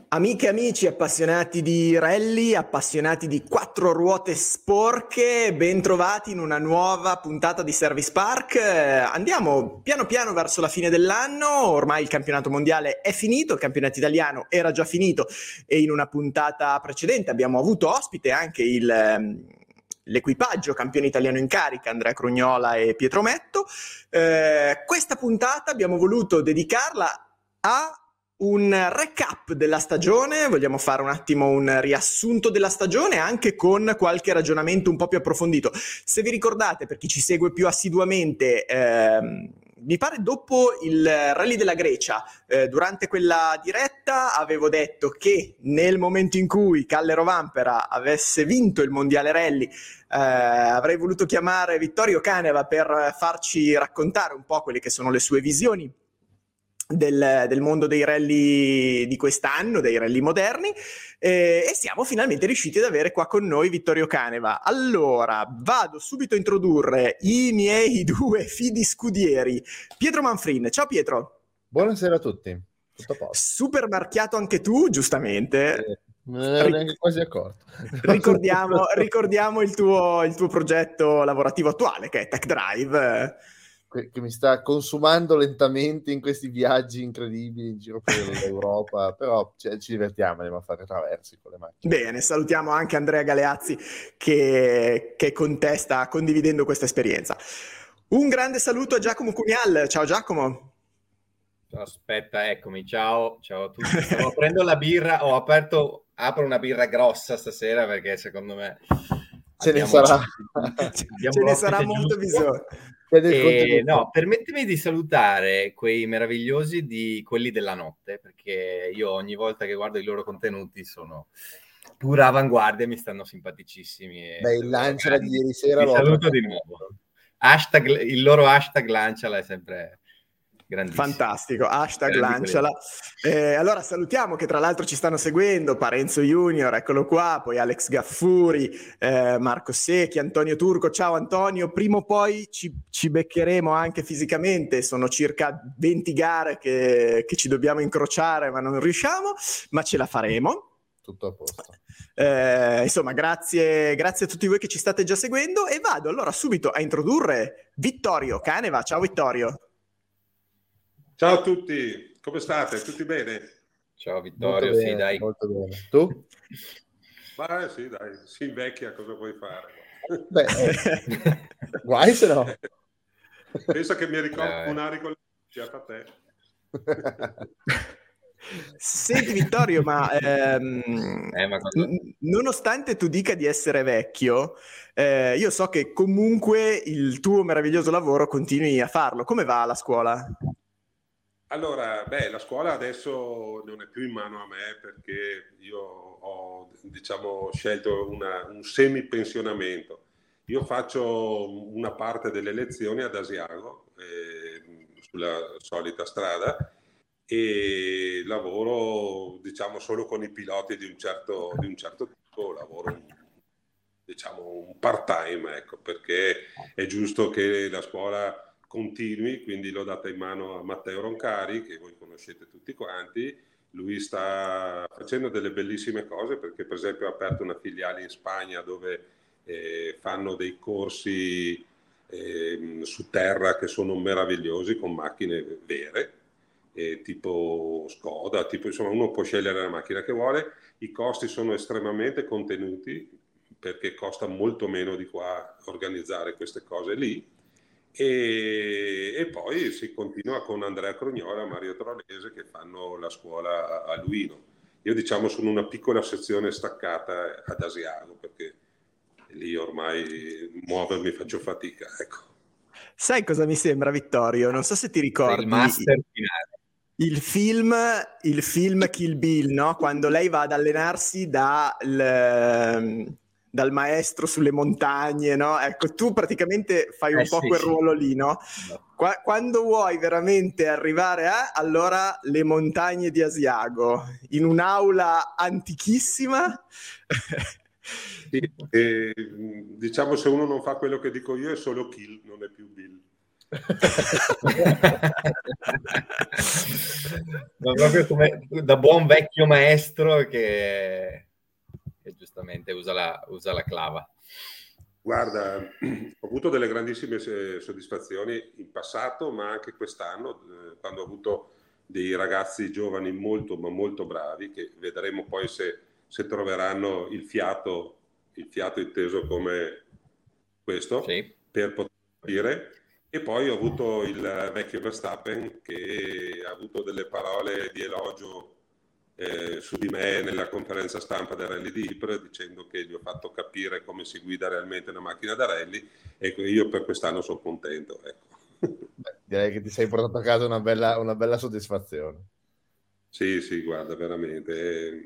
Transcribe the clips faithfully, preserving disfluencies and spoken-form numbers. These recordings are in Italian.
Amiche e amici appassionati di rally, appassionati di quattro ruote sporche, ben trovati in una nuova puntata di Service Park. Andiamo piano piano verso la fine dell'anno, ormai il campionato mondiale è finito, il campionato italiano era già finito e in una puntata precedente abbiamo avuto ospite anche il... l'equipaggio campione italiano in carica, Andrea Crugnola e Pietro Metto. Eh, questa puntata abbiamo voluto dedicarla a un recap della stagione, vogliamo fare un attimo un riassunto della stagione anche con qualche ragionamento un po' più approfondito. Se vi ricordate, per chi ci segue più assiduamente, ehm, mi pare dopo il Rally della Grecia, eh, durante quella diretta avevo detto che nel momento in cui Kalle Rovanperä avesse vinto il Mondiale Rally, eh, avrei voluto chiamare Vittorio Caneva per farci raccontare un po' quelle che sono le sue visioni Del, del mondo dei rally di quest'anno, dei rally moderni, eh, e siamo finalmente riusciti ad avere qua con noi Vittorio Caneva. Allora, vado subito a introdurre i miei due fidi scudieri, Pietro Manfrin. Ciao Pietro. Buonasera a tutti. Tutto a posto. Super marchiato anche tu, giustamente. Eh, non ero neanche quasi accorto. Ricordiamo, ricordiamo il tuo, il tuo progetto lavorativo attuale, che è Tech Drive, che mi sta consumando lentamente in questi viaggi incredibili in giro per l'Europa, però cioè, ci divertiamo, andiamo a fare traversi con le macchine. Bene, salutiamo anche Andrea Galeazzi che, che con te sta condividendo questa esperienza. Un grande saluto a Giacomo Cunial. Ciao Giacomo. Aspetta, eccomi, ciao, ciao a tutti. Stavo prendo la birra, ho aperto, apro una birra grossa stasera perché secondo me ce ne sarà, ce ne sarà molto bisogno. E, no, permettimi di salutare quei meravigliosi di quelli della notte, perché io ogni volta che guardo i loro contenuti sono pura avanguardia, mi stanno simpaticissimi. Beh, il Lanciala di ieri sera lo saluto di nuovo. Hashtag, il loro hashtag Lanciala è sempre grandissimo. Fantastico, hashtag Lanciala. Eh, allora salutiamo che tra l'altro ci stanno seguendo Parenzo Junior, eccolo qua, poi Alex Gaffuri, eh, Marco Secchi, Antonio Turco. Ciao Antonio, prima o poi ci, ci beccheremo anche fisicamente, sono circa venti gare che, che ci dobbiamo incrociare ma non riusciamo, ma ce la faremo. Tutto a posto. Eh, insomma, grazie, grazie a tutti voi che ci state già seguendo e vado allora subito a introdurre Vittorio Caneva. Ciao Vittorio. Ciao a tutti, come state? Tutti bene? Ciao Vittorio, molto sì bene, dai. Molto bene. Tu? Ma sì dai, si invecchia, cosa vuoi fare? Beh, eh, guai se no. Pensa che mi ricordo un arico a te. Senti Vittorio, ma, ehm, eh, ma quando... n- nonostante tu dica di essere vecchio, eh, io so che comunque il tuo meraviglioso lavoro continui a farlo. Come va la scuola? Allora, beh, la scuola adesso non è più in mano a me perché io ho, diciamo, scelto una, un semi-pensionamento. Io faccio una parte delle lezioni ad Asiago, eh, sulla solita strada, e lavoro, diciamo, solo con i piloti di un certo, di un certo tipo, lavoro un, diciamo, un part-time, ecco, perché è giusto che la scuola continui, quindi l'ho data in mano a Matteo Roncari, che voi conoscete tutti quanti. Lui sta facendo delle bellissime cose perché per esempio ha aperto una filiale in Spagna dove eh, fanno dei corsi eh, su terra che sono meravigliosi con macchine vere, eh, tipo Skoda, tipo, insomma uno può scegliere la macchina che vuole. I costi sono estremamente contenuti perché costa molto meno di qua organizzare queste cose lì. E, e poi si continua con Andrea Crugnola e Mario Trolese che fanno la scuola a, a Luino. Io diciamo sono una piccola sezione staccata ad Asiago perché lì ormai muovermi faccio fatica, ecco. Sai cosa mi sembra, Vittorio? Non so se ti ricordi il master finale. Il film, il film Kill Bill, no? Quando lei va ad allenarsi da il, dal maestro sulle montagne, no? Ecco, tu praticamente fai un eh, po' sì, quel sì. ruolo lì, no? Qua, quando vuoi veramente arrivare a, allora, le montagne di Asiago, in un'aula antichissima. Sì, e, diciamo se uno non fa quello che dico io è solo Kill, non è più Bill. Ma proprio come da buon vecchio maestro che, che giustamente usa la, usa la clava. Guarda, ho avuto delle grandissime soddisfazioni in passato, ma anche quest'anno, eh, quando ho avuto dei ragazzi giovani molto, ma molto bravi, che vedremo poi se, se troveranno il fiato, il fiato inteso come questo, sì, per poter dire. E poi ho avuto il vecchio Verstappen che ha avuto delle parole di elogio eh, su di me nella conferenza stampa del Rally di Ypres, dicendo che gli ho fatto capire come si guida realmente una macchina da rally, e io per quest'anno sono contento. Ecco. Beh, direi che ti sei portato a casa una bella, una bella soddisfazione. Sì, sì, guarda, veramente.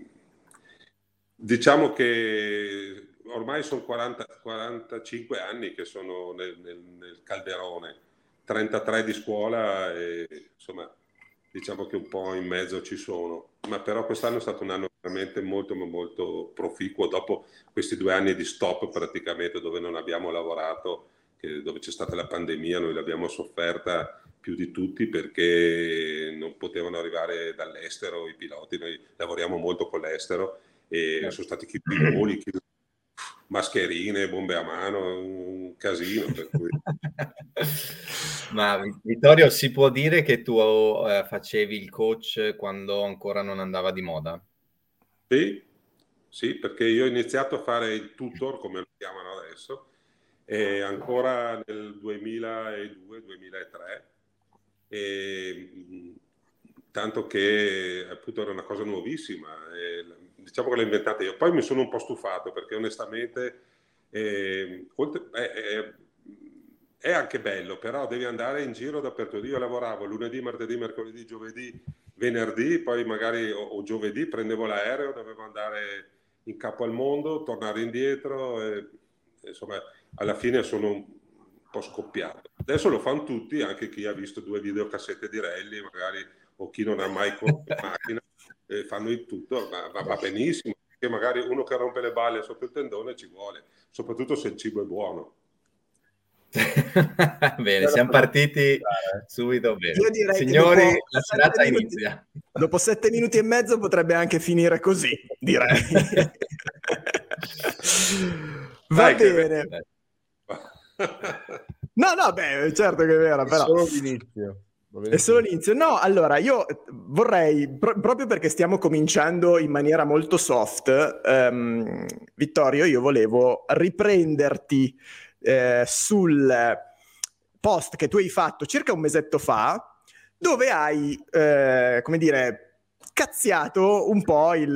Diciamo che ormai sono quaranta, quarantacinque anni che sono nel, nel, nel calderone, trentatré di scuola e insomma diciamo che un po' in mezzo ci sono, ma però quest'anno è stato un anno veramente molto molto proficuo dopo questi due anni di stop praticamente dove non abbiamo lavorato, che, dove c'è stata la pandemia, noi l'abbiamo sofferta più di tutti perché non potevano arrivare dall'estero i piloti, noi lavoriamo molto con l'estero e sono stati chiusi i voli, chiusi, mascherine, bombe a mano, un casino. Per cui... Ma Vittorio, si può dire che tu eh, facevi il coach quando ancora non andava di moda? Sì, sì, perché io ho iniziato a fare il tutor, come lo chiamano adesso, e ancora nel duemiladue duemilatré, e tanto che appunto era una cosa nuovissima, e, diciamo che l'ho inventata io. Poi mi sono un po' stufato perché onestamente eh, oltre, eh, eh, è anche bello, però devi andare in giro dappertutto. Io lavoravo lunedì, martedì, mercoledì, giovedì, venerdì, poi magari o, o giovedì prendevo l'aereo, dovevo andare in capo al mondo, tornare indietro, e, insomma alla fine sono un po' scoppiato. Adesso lo fanno tutti, anche chi ha visto due videocassette di rally, magari, o chi non ha mai corso in macchina, eh, fanno il tutto, ma, ma va benissimo, perché magari uno che rompe le balle sotto il tendone ci vuole, soprattutto se il cibo è buono. Bene, siamo partiti subito bene. Io direi Signori, che la serata minuti, inizia. Dopo sette minuti e mezzo potrebbe anche finire così, direi. Va Dai, bene. Che... No, no, beh, certo che è vero, però... È solo l'inizio. È solo l'inizio. No, allora, io vorrei, pro- proprio perché stiamo cominciando in maniera molto soft, um, Vittorio, io volevo riprenderti eh, sul post che tu hai fatto circa un mesetto fa, dove hai, eh, come dire, cazziato un po' il,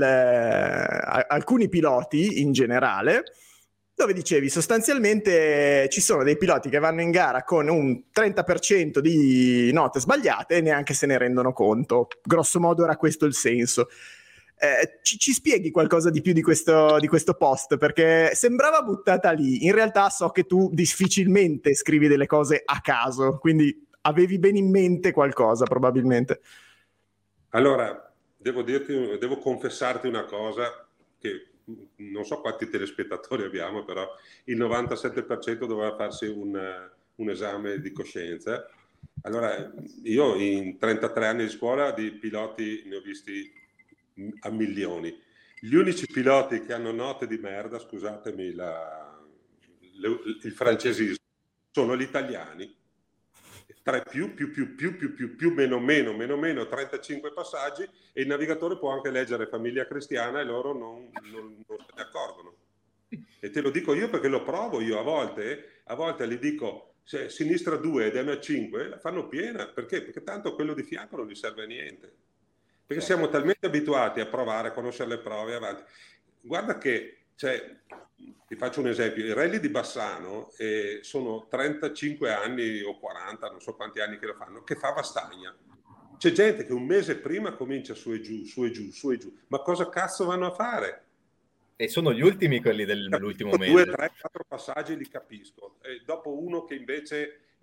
eh, alcuni piloti in generale, dove dicevi sostanzialmente ci sono dei piloti che vanno in gara con un trenta per cento di note sbagliate e neanche se ne rendono conto. Grosso modo era questo il senso. Eh, ci, ci spieghi qualcosa di più di questo, di questo post? Perché sembrava buttata lì. In realtà so che tu difficilmente scrivi delle cose a caso, quindi avevi ben in mente qualcosa probabilmente. Allora, devo dirti, devo confessarti una cosa che non so quanti telespettatori abbiamo, però il novantasette per cento doveva farsi un, un esame di coscienza. Allora, io in trentatré anni di scuola di piloti ne ho visti a milioni. Gli unici piloti che hanno note di merda, scusatemi la, le, il francesismo, sono gli italiani. Tre più, più, più, più, più, più, più, meno, meno, meno, meno, trentacinque passaggi, e il navigatore può anche leggere famiglia cristiana e loro non, non, non se ne accorgono. E te lo dico io perché lo provo io a volte, a volte gli dico se sinistra due ed M A cinque la fanno piena, perché? Perché tanto quello di fianco non gli serve a niente. Perché certo. Siamo talmente abituati a provare, a conoscere le prove avanti. Guarda che, cioè, ti faccio un esempio, i rally di Bassano eh, sono trentacinque anni o quaranta, non so quanti anni che lo fanno, che fa Vastagna. C'è gente che un mese prima comincia su e giù, su e giù, su e giù. Ma cosa cazzo vanno a fare? E sono gli ultimi quelli dell'ultimo mese. Due, tre, quattro passaggi li capisco. E dopo uno che invece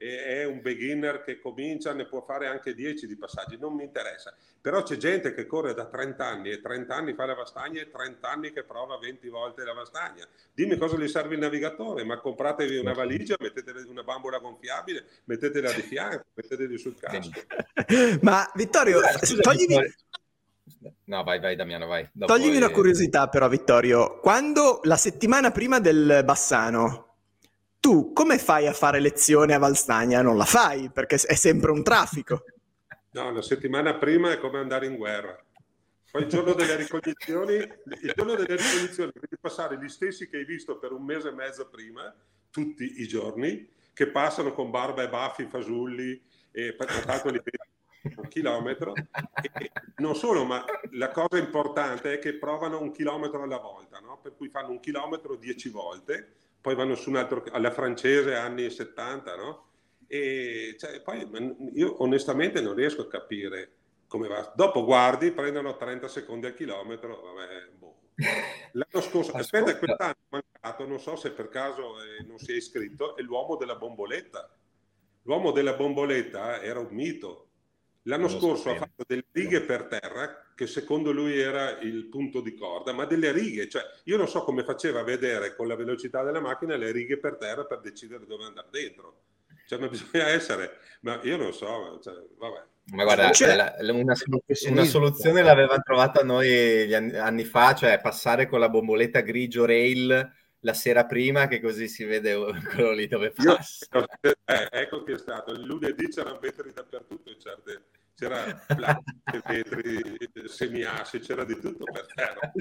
è un beginner che comincia, ne può fare anche dieci di passaggi, non mi interessa. Però c'è gente che corre da trenta anni e trenta anni fa la Vastagna e trenta anni che prova venti volte la Vastagna. Dimmi cosa gli serve il navigatore, ma compratevi una valigia, mettetevi una bambola gonfiabile, mettetela di fianco, metteteli sul casco. Ma Vittorio, Scusa, toglimi... Vittorio. No, vai, vai Damiano, vai. Dopo Toglimi una è... curiosità però, Vittorio. Quando la settimana prima del Bassano, tu come fai a fare lezione a Valstagna? Non la fai, perché è sempre un traffico. No, la settimana prima è come andare in guerra. Poi il giorno delle ricognizioni, il giorno delle ricognizioni devi passare gli stessi che hai visto per un mese e mezzo prima, tutti i giorni, che passano con barba e baffi, fasulli, e tanto li vedi un chilometro. E non solo, ma la cosa importante è che provano un chilometro alla volta, no? Per cui fanno un chilometro dieci volte, poi vanno su un altro, alla francese anni settanta, no? E cioè, poi io onestamente non riesco a capire come va. Dopo guardi, prendono trenta secondi al chilometro, vabbè, boh. L'anno scorso, aspetta, Ascolta. quest'anno è mancato, non so se per caso eh, non si è iscritto, è l'uomo della bomboletta. L'uomo della bomboletta era un mito. L'anno Non lo scorso sapevo. ha fatto delle righe per terra, che secondo lui era il punto di corda, ma delle righe, cioè io non so come faceva a vedere con la velocità della macchina le righe per terra per decidere dove andare dentro. Cioè, ma bisogna essere, ma io non so, cioè, vabbè. Ma guarda, Cioè- la- la- una, una soluzione l'avevamo trovata noi gli anni, anni fa, cioè passare con la bomboletta grigio rail la sera prima, che così si vede quello lì dove Io, passa. eh, ecco che è stato, il lunedì c'erano vetri dappertutto, certe, c'era vetri, semiassi, c'era di tutto per terra.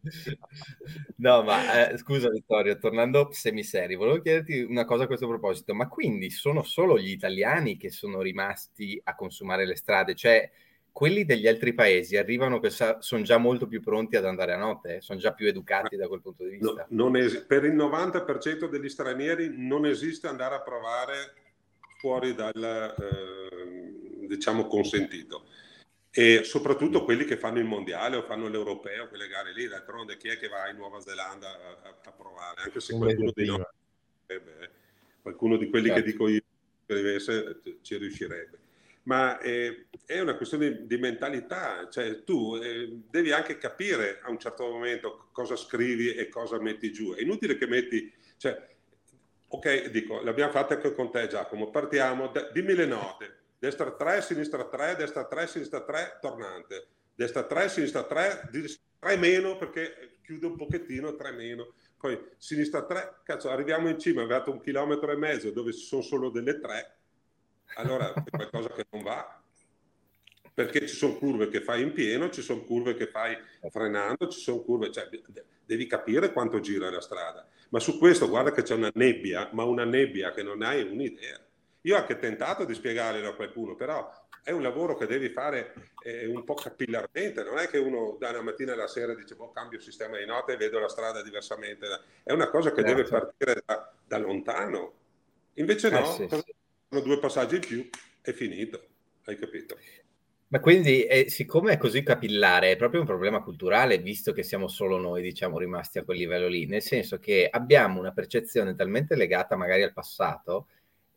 No, ma eh, scusa Vittorio, tornando semiseri, volevo chiederti una cosa a questo proposito, ma quindi sono solo gli italiani che sono rimasti a consumare le strade? Cioè, quelli degli altri paesi arrivano che sa- sono già molto più pronti ad andare a notte? Sono già più educati da quel punto di vista? No, non es- per il novanta per cento degli stranieri non esiste andare a provare fuori dal eh, diciamo consentito, e soprattutto quelli che fanno il mondiale o fanno l'europeo, quelle gare lì. D'altronde chi è che va in Nuova Zelanda a, a- a provare, anche se Un qualcuno mese di noi, prima. eh beh, qualcuno di quelli Certo. che dico io scrivesse, eh, ci riuscirebbe. Ma eh, è una questione di mentalità, cioè tu eh, devi anche capire a un certo momento cosa scrivi e cosa metti giù. È inutile che metti, cioè, ok, dico, l'abbiamo fatta anche con te Giacomo, partiamo, da, dimmi le note, destra tre, sinistra tre, destra tre, sinistra tre, tornante, destra tre, sinistra tre, tre meno perché chiude un pochettino, tre meno, poi sinistra tre, cazzo, arriviamo in cima, abbiamo fatto un chilometro e mezzo dove ci sono solo delle tre, allora è qualcosa che non va, perché ci sono curve che fai in pieno, ci sono curve che fai frenando, ci sono curve, cioè devi capire quanto gira la strada. Ma su questo guarda che c'è una nebbia, ma una nebbia che non hai un'idea. Io ho anche tentato di spiegarglielo a qualcuno, però è un lavoro che devi fare eh, un po' capillarmente, non è che uno da una mattina alla sera dice boh, cambio sistema di notte e vedo la strada diversamente, è una cosa che Certo. deve partire da, da lontano. Invece no, Eh, sì, sì. sono due passaggi in più, è finito, hai capito? Ma quindi, eh, siccome è così capillare, è proprio un problema culturale, visto che siamo solo noi, diciamo, rimasti a quel livello lì, nel senso che abbiamo una percezione talmente legata magari al passato,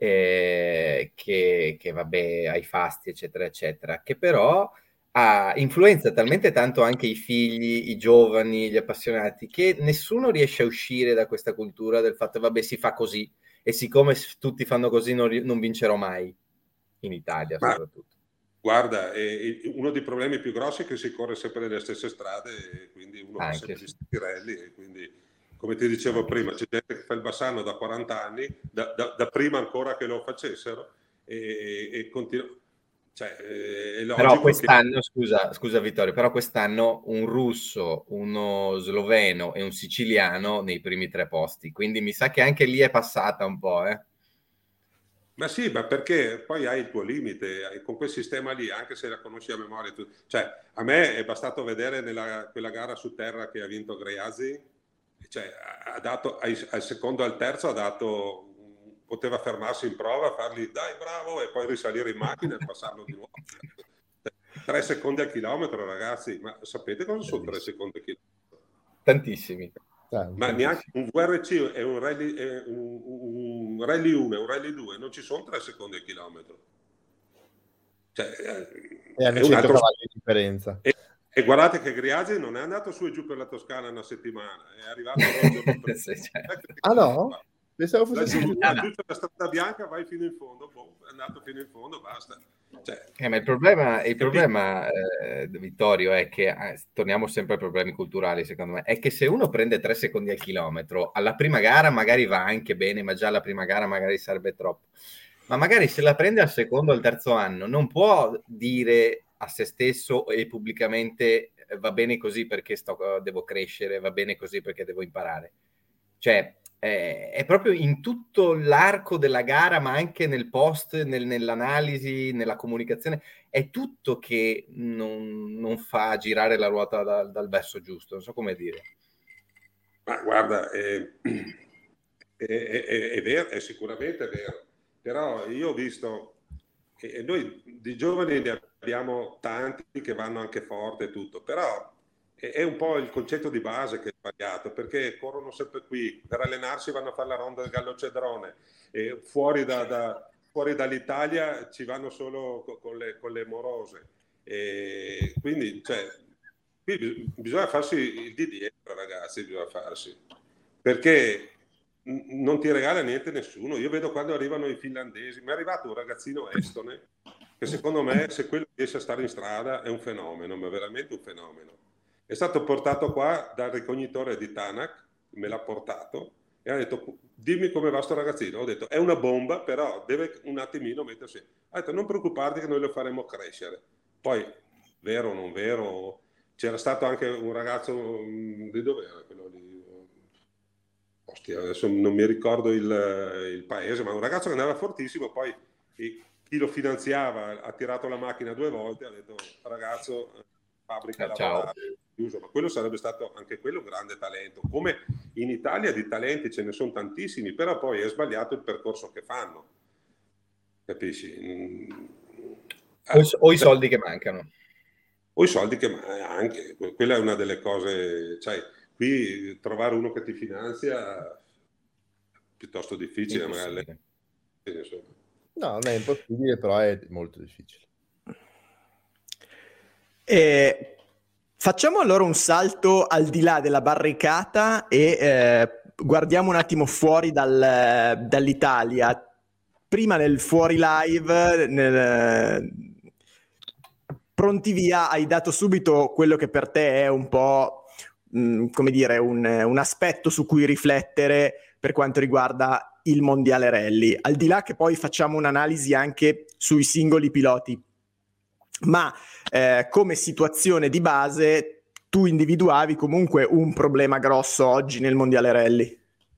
eh, che, che vabbè, ai fasti, eccetera, eccetera, che però ha, influenza talmente tanto anche i figli, i giovani, gli appassionati, che nessuno riesce a uscire da questa cultura del fatto, vabbè, si fa così, e siccome tutti fanno così non, ri- non vincerò mai, in Italia Ma- soprattutto. Guarda, eh, uno dei problemi più grossi è che si corre sempre nelle stesse strade e quindi uno fa Anche, sempre sì. gli stessi rally e quindi, come ti dicevo prima, c'è gente che fa il Bassano da quaranta anni, da, da- da prima ancora che lo facessero e, e continua. Cioè, eh, è logico Però che- quest'anno, scusa, scusa Vittorio, però quest'anno un russo, uno sloveno e un siciliano nei primi tre posti, quindi mi sa che anche lì è passata un po', eh. Ma sì, ma perché poi hai il tuo limite, hai- con quel sistema lì, anche se la conosci a memoria, tu... cioè a me è bastato vedere nella, quella gara su terra che ha vinto Greazzi, cioè ha dato, ai- al secondo e al terzo ha dato, poteva fermarsi in prova, fargli dai bravo e poi risalire in macchina e passarlo di nuovo. Tre secondi al chilometro, ragazzi, ma sapete cosa sono tre secondi al chilometro? Tantissimi. Tanto. Ma neanche un V R C è un, rally, è un, un un rally uno e un rally due non ci sono tre secondi al chilometro. Cioè, e hanno cento cavalli di differenza. E, e guardate che Griagi non è andato su e giù per la Toscana una settimana, è arrivato giorno sì, certo. Ah no? Pensavo fosse giù, giù la strada bianca, vai fino in fondo, boh, è andato fino in fondo, basta. Cioè, eh, ma il problema, il problema eh, Vittorio, è che eh, torniamo sempre ai problemi culturali, secondo me, è che se uno prende tre secondi al chilometro, alla prima gara magari va anche bene, ma già alla prima gara magari sarebbe troppo. Ma magari se la prende al secondo o al terzo anno, non può dire a se stesso e pubblicamente eh, va bene così perché sto, devo crescere, va bene così perché devo imparare. Cioè, eh, è proprio in tutto l'arco della gara, ma anche nel post, nel, nell'analisi, nella comunicazione, è tutto che non, non fa girare la ruota da, dal verso giusto, non so come dire. Ma guarda, è, è, è, è vero, è sicuramente vero. Però io ho visto che noi di giovani ne abbiamo tanti che vanno anche forte e tutto, però è, è un po' il concetto di base che è sbagliato, perché corrono sempre qui, per allenarsi vanno a fare la ronda del Gallo Cedrone, e fuori, da, da, fuori dall'Italia ci vanno solo con le, con le morose. E quindi, cioè, qui bisogna farsi il di dietro, ragazzi, bisogna farsi, perché non ti regala niente nessuno. Io vedo quando arrivano i finlandesi, mi è arrivato un ragazzino estone che secondo me, se quello riesce a stare in strada, è un fenomeno, ma veramente un fenomeno. È stato portato qua dal ricognitore di Tanak, me l'ha portato e ha detto dimmi come va sto ragazzino. Ho detto è una bomba, però deve un attimino mettersi. Ha detto non preoccuparti che noi lo faremo crescere. Poi vero o non vero, c'era stato anche un ragazzo di dove era quello lì? Ostia, adesso non mi ricordo il, il paese, ma un ragazzo che andava fortissimo, poi chi lo finanziava ha tirato la macchina due volte, ha detto ragazzo, fabbrica ciao, chiuso. Ma quello sarebbe stato anche quello un grande talento. Come in Italia di talenti ce ne sono tantissimi, però poi è sbagliato il percorso che fanno, capisci? O, i, o i soldi che mancano. O i soldi che anche, quella è una delle cose, cioè, qui trovare uno che ti finanzia è piuttosto difficile, magari. No, non è impossibile, però è molto difficile. E facciamo allora un salto al di là della barricata e eh, guardiamo un attimo fuori dal, dall'Italia. Prima nel fuori live, nel, pronti via, hai dato subito quello che per te è un po', mh, come dire, un, un aspetto su cui riflettere per quanto riguarda il mondiale rally. Al di là che poi facciamo un'analisi anche sui singoli piloti. Ma eh, come situazione di base tu individuavi comunque un problema grosso oggi nel mondiale rally?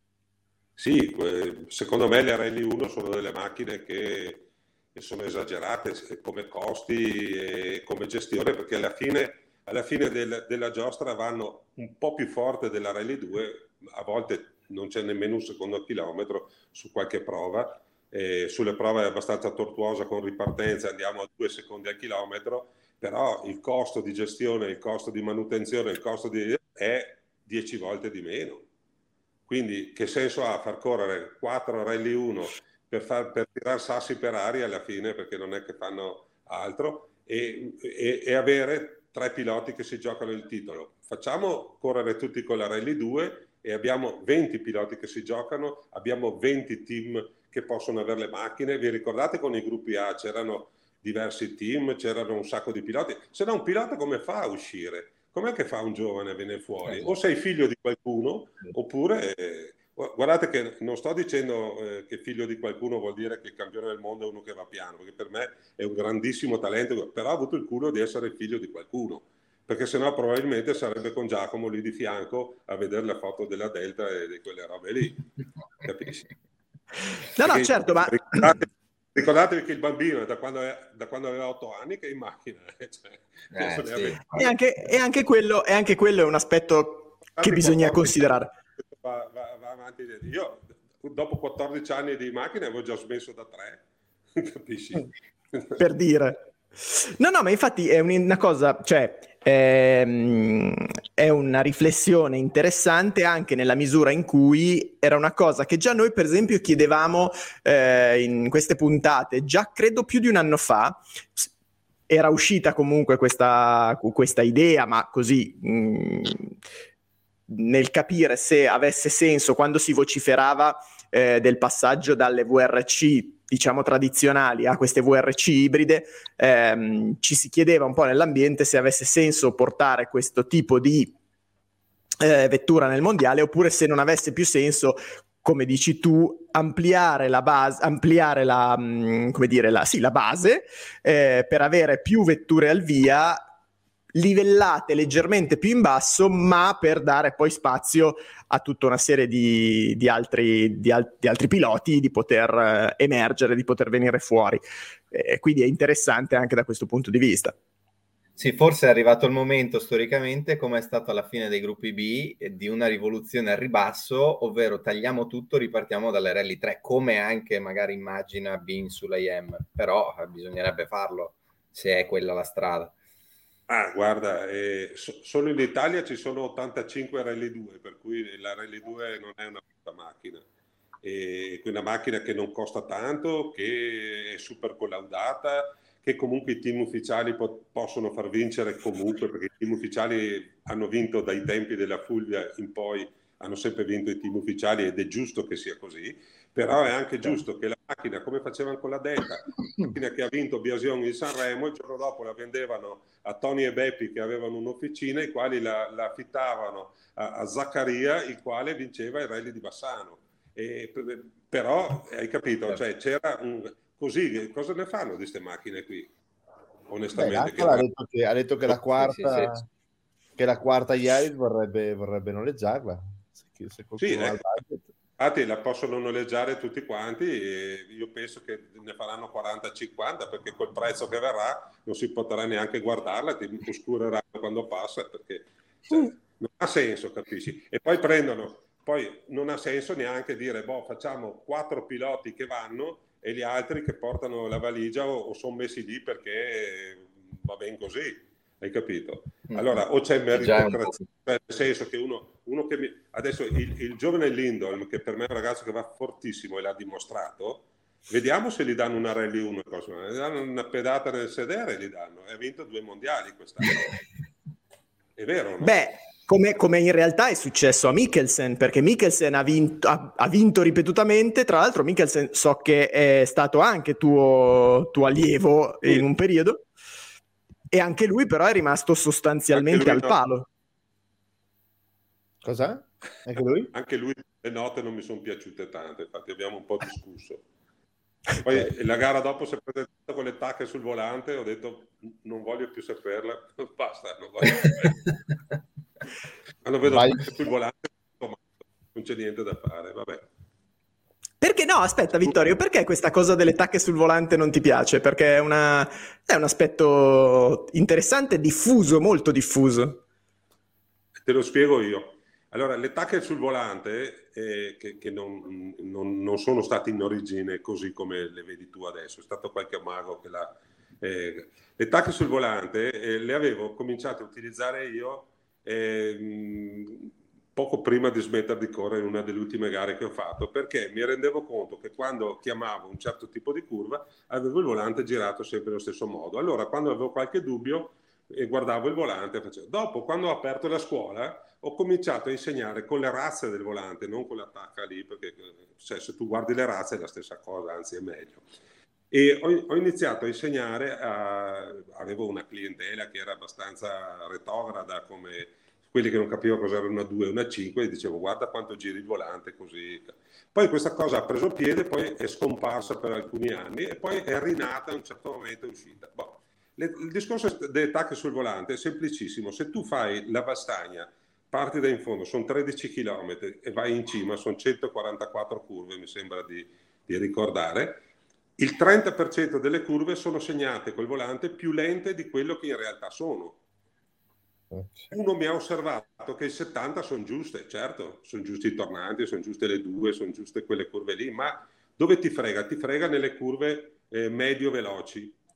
Sì, secondo me le Rally uno sono delle macchine che sono esagerate come costi e come gestione, perché alla fine, alla fine del, della giostra vanno un po' più forte della Rally due, a volte non c'è nemmeno un secondo al chilometro su qualche prova. Eh, sulle prove è abbastanza tortuosa con ripartenza, andiamo a due secondi al chilometro, però il costo di gestione, il costo di manutenzione, il costo di è dieci volte di meno. Quindi che senso ha far correre quattro Rally uno per, far, per tirare sassi per aria alla fine, perché non è che fanno altro, e, e, e avere tre piloti che si giocano il titolo? Facciamo correre tutti con la Rally due e abbiamo venti piloti che si giocano, abbiamo venti team che possono avere le macchine. Vi ricordate con i gruppi A c'erano diversi team, c'erano un sacco di piloti? Se no un pilota come fa a uscire? Com'è che fa un giovane a venire fuori? O sei figlio di qualcuno, oppure... Eh, guardate che non sto dicendo eh, che figlio di qualcuno vuol dire che il campione del mondo è uno che va piano, perché per me è un grandissimo talento, però ha avuto il culo di essere figlio di qualcuno, perché sennò probabilmente sarebbe con Giacomo lì di fianco a vedere la foto della Delta e di quelle robe lì, capisci? No, no, perché, certo, ma... Ricordate, ricordatevi che il bambino da quando, è, da quando aveva otto anni che è in macchina. Cioè, eh, sì. e, anche, e, anche quello, e anche quello è un aspetto che bisogna considerare. Va, va, va avanti. Io dopo quattordici anni di macchina avevo già smesso da tre, capisci? Per dire. No, no, ma infatti è una cosa, cioè, ehm, è una riflessione interessante anche nella misura in cui era una cosa che già noi per esempio chiedevamo eh, in queste puntate, già credo più di un anno fa. Era uscita comunque questa, questa idea, ma così mh, nel capire se avesse senso quando si vociferava eh, del passaggio dalle V R C diciamo tradizionali a queste V R C ibride, ehm, ci si chiedeva un po' nell'ambiente se avesse senso portare questo tipo di eh, vettura nel mondiale, oppure se non avesse più senso, come dici tu, ampliare la base, ampliare la, mh, come dire, la, sì, la base eh, per avere più vetture al via, livellate leggermente più in basso, ma per dare poi spazio a tutta una serie di, di, altri, di, al, di altri piloti di poter eh, emergere, di poter venire fuori. Eh, quindi è interessante anche da questo punto di vista. Sì, forse è arrivato il momento storicamente, come è stato alla fine dei gruppi B, di una rivoluzione al ribasso, ovvero tagliamo tutto, ripartiamo dalle Rally tre, come anche magari immagina Bin sull'A I M, però eh, bisognerebbe farlo se è quella la strada. Ah, guarda, eh, so, solo in Italia ci sono ottantacinque Rally due, per cui la Rally due non è una brutta macchina. È una macchina che non costa tanto, che è super collaudata, che comunque i team ufficiali po- possono far vincere comunque, perché i team ufficiali hanno vinto dai tempi della Fulvia in poi, hanno sempre vinto i team ufficiali ed è giusto che sia così, però è anche giusto che la macchina, come facevano con la Delta, la macchina che ha vinto Biasion in Sanremo, il giorno dopo la vendevano a Tony e Beppi che avevano un'officina, i quali la, la affittavano a, a Zaccaria, il quale vinceva il rally di Bassano. E, però hai capito, cioè c'era un... Così, cosa ne fanno di queste macchine qui? Onestamente. Beh, che ha, detto che, ha detto che la quarta, sì, sì, sì. che la quarta Yaris vorrebbe, vorrebbe noleggiarla. Se, se sì, ha il budget. Infatti la possono noleggiare tutti quanti e io penso che ne faranno quaranta cinquanta, perché col prezzo che verrà non si potrà neanche guardarla, ti oscurerà quando passa, perché cioè, non ha senso, capisci? E poi prendono, poi non ha senso neanche dire, boh, facciamo quattro piloti che vanno e gli altri che portano la valigia o, o sono messi lì perché va ben così, hai capito? Allora o c'è meritocrazia, nel senso che uno, uno che mi... adesso il, il giovane Lindholm, che per me è un ragazzo che va fortissimo e l'ha dimostrato, vediamo se gli danno una Rally uno, cosa, gli danno una pedata nel sedere, gli danno, e ha vinto due mondiali quest'anno. È vero, no? Beh, come, come in realtà è successo a Mikkelsen, perché Mikkelsen ha vinto, ha, ha vinto ripetutamente. Tra l'altro Mikkelsen so che è stato anche tuo, tuo allievo sì. in un periodo, e anche lui però è rimasto sostanzialmente al no. palo. Cosa? Anche lui? Anche lui le note non mi sono piaciute tanto, infatti abbiamo un po' discusso. Poi la gara dopo si è presentata con le tacche sul volante, ho detto non voglio più saperla, basta, non voglio saperla. Quando vedo Vai. tacche sul volante non c'è niente da fare, vabbè. Perché no, aspetta Vittorio, perché questa cosa delle tacche sul volante non ti piace? Perché è, una, è un aspetto interessante, diffuso, molto diffuso. Te lo spiego io. Allora, le tacche sul volante, eh, che, che non, non, non sono state in origine così come le vedi tu adesso, è stato qualche mago che l'ha... Eh, le tacche sul volante eh, le avevo cominciate a utilizzare io eh, poco prima di smettere di correre in una delle ultime gare che ho fatto, perché mi rendevo conto che quando chiamavo un certo tipo di curva avevo il volante girato sempre allo stesso modo. Allora, quando avevo qualche dubbio, e guardavo il volante e facevo. Dopo, quando ho aperto la scuola, ho cominciato a insegnare con le razze del volante, non con la tacca lì, perché cioè, se tu guardi le razze è la stessa cosa, anzi è meglio. E ho, ho iniziato a insegnare, a, avevo una clientela che era abbastanza retrograda, come quelli che non capivano cosa era una due e una cinque, e dicevo guarda quanto giri il volante così. Poi questa cosa ha preso piede, poi è scomparsa per alcuni anni e poi è rinata a un certo momento, è uscita. Boh. Le, il discorso delle tacche sul volante è semplicissimo. Se tu fai la Vastagna, parti da in fondo, sono tredici chilometri e vai in cima, sono centoquarantaquattro curve, mi sembra di, di ricordare, il trenta per cento delle curve sono segnate col volante più lente di quello che in realtà sono. Uno mi ha osservato che il settanta sono giuste, certo, sono giusti i tornanti, sono giuste le due, sono giuste quelle curve lì, ma dove ti frega? Ti frega nelle curve eh, medio veloci.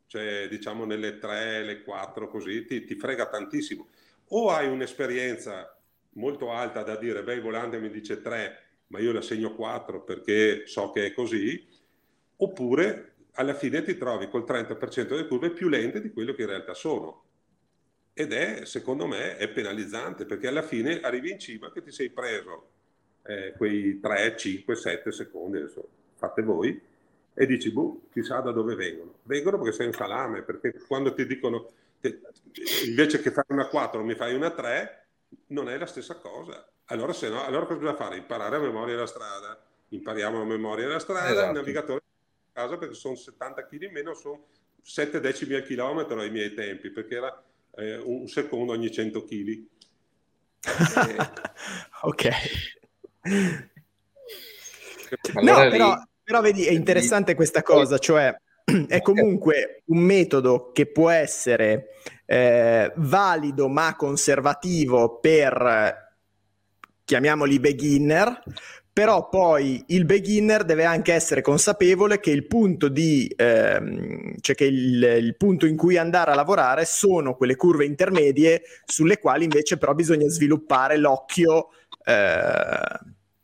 cioè diciamo nelle tre, le quattro così, ti, ti frega tantissimo. O hai un'esperienza molto alta da dire, beh il volante mi dice tre, ma io la segno quattro perché so che è così, oppure alla fine ti trovi col trenta per cento delle curve più lente di quello che in realtà sono. Ed è, secondo me, è penalizzante, perché alla fine arrivi in cima che ti sei preso eh, quei tre, cinque, sette secondi, adesso fate voi, e dici, boh, chissà da dove vengono. Vengono perché sei un salame, perché quando ti dicono, te, invece che fare una quattro mi fai una tre, non è la stessa cosa. Allora, se no, allora cosa bisogna fare? Imparare a memoria la strada. Impariamo a memoria la strada, Esatto. il navigatore a casa, perché sono settanta chili in meno, sono sette decimi al chilometro ai miei tempi, perché era eh, un secondo ogni cento chili. Eh, ok. Allora no, però, lì, però vedi, è interessante questa cosa, cioè è comunque un metodo che può essere eh, valido ma conservativo per, chiamiamoli beginner, però poi il beginner deve anche essere consapevole che il punto di ehm, cioè che il, il punto in cui andare a lavorare sono quelle curve intermedie sulle quali invece però bisogna sviluppare l'occhio eh,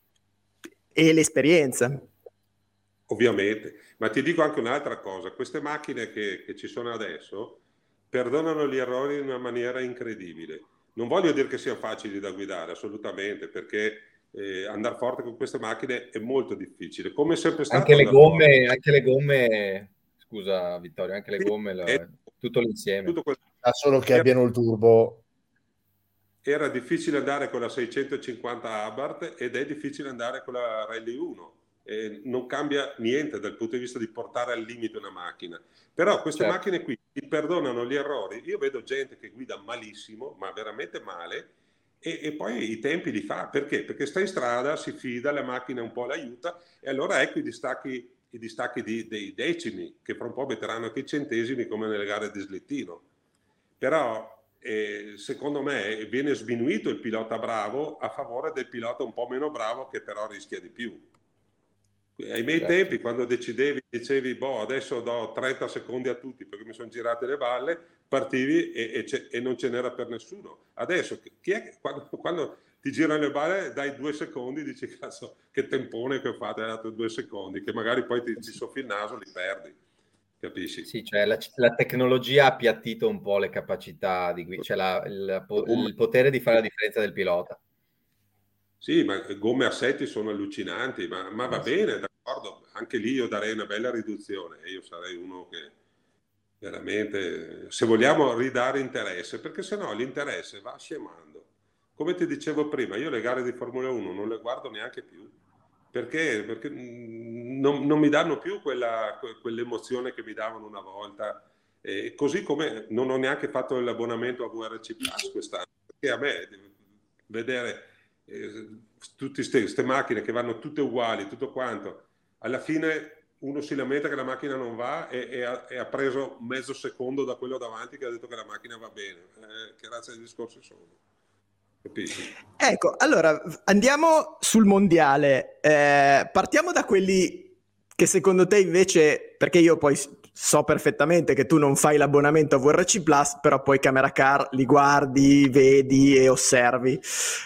e l'esperienza. Ovviamente, ma ti dico anche un'altra cosa, queste macchine che, che ci sono adesso perdonano gli errori in una maniera incredibile. Non voglio dire che siano facili da guidare, assolutamente, perché eh, andare forte con queste macchine è molto difficile, come è sempre stato anche le andare forte. gomme, anche le gomme, scusa Vittorio, anche le Sì, gomme, è la- tutto l'insieme. tutto quello. Ah, solo che Era, abbiano il turbo. era difficile andare con la seicentocinquanta Abarth ed è difficile andare con la Rally uno. E non cambia niente dal punto di vista di portare al limite una macchina. Però queste Certo. macchine qui ti perdonano gli errori. Io vedo gente che guida malissimo, ma veramente male, e, e poi i tempi li fa. Perché? Perché sta in strada, si fida, la macchina un po' l'aiuta, e allora ecco i distacchi, i distacchi di, dei decimi, che fra un po' metteranno anche i centesimi come nelle gare di slittino. Però eh, secondo me viene sminuito il pilota bravo a favore del pilota un po' meno bravo, che però rischia di più. Ai miei Certo. tempi, quando decidevi, dicevi, boh, adesso do trenta secondi a tutti perché mi sono girate le balle, partivi e, e, e non ce n'era per nessuno. Adesso, chi è che, quando, quando ti girano le balle, dai due secondi, dici, cazzo, che tempone che ho fatto, hai dato due secondi, che magari poi ti, ti soffi il naso, li perdi, capisci? Sì, cioè la, la tecnologia ha appiattito un po' le capacità di guida, cioè la- il, il potere di fare la differenza del pilota. Sì, ma gomme assetti sono allucinanti, ma, ma va bene, d'accordo, anche lì io darei una bella riduzione, io sarei uno che veramente, se vogliamo ridare interesse, perché sennò l'interesse va scemando. Come ti dicevo prima, io le gare di Formula uno non le guardo neanche più, perché, perché non, non mi danno più quella, quell'emozione che mi davano una volta, e così come non ho neanche fatto l'abbonamento a V R C Plus quest'anno, perché a me vedere eh, tutte queste macchine che vanno tutte uguali, tutto quanto, alla fine uno si lamenta che la macchina non va e, e, ha, e ha preso mezzo secondo da quello davanti che ha detto che la macchina va bene. Eh, che razza di discorsi sono? Capisci? Ecco, allora andiamo sul mondiale. Eh, partiamo da quelli che secondo te invece, perché io poi so perfettamente che tu non fai l'abbonamento a V R C Plus, però poi Camera Car li guardi, vedi e osservi.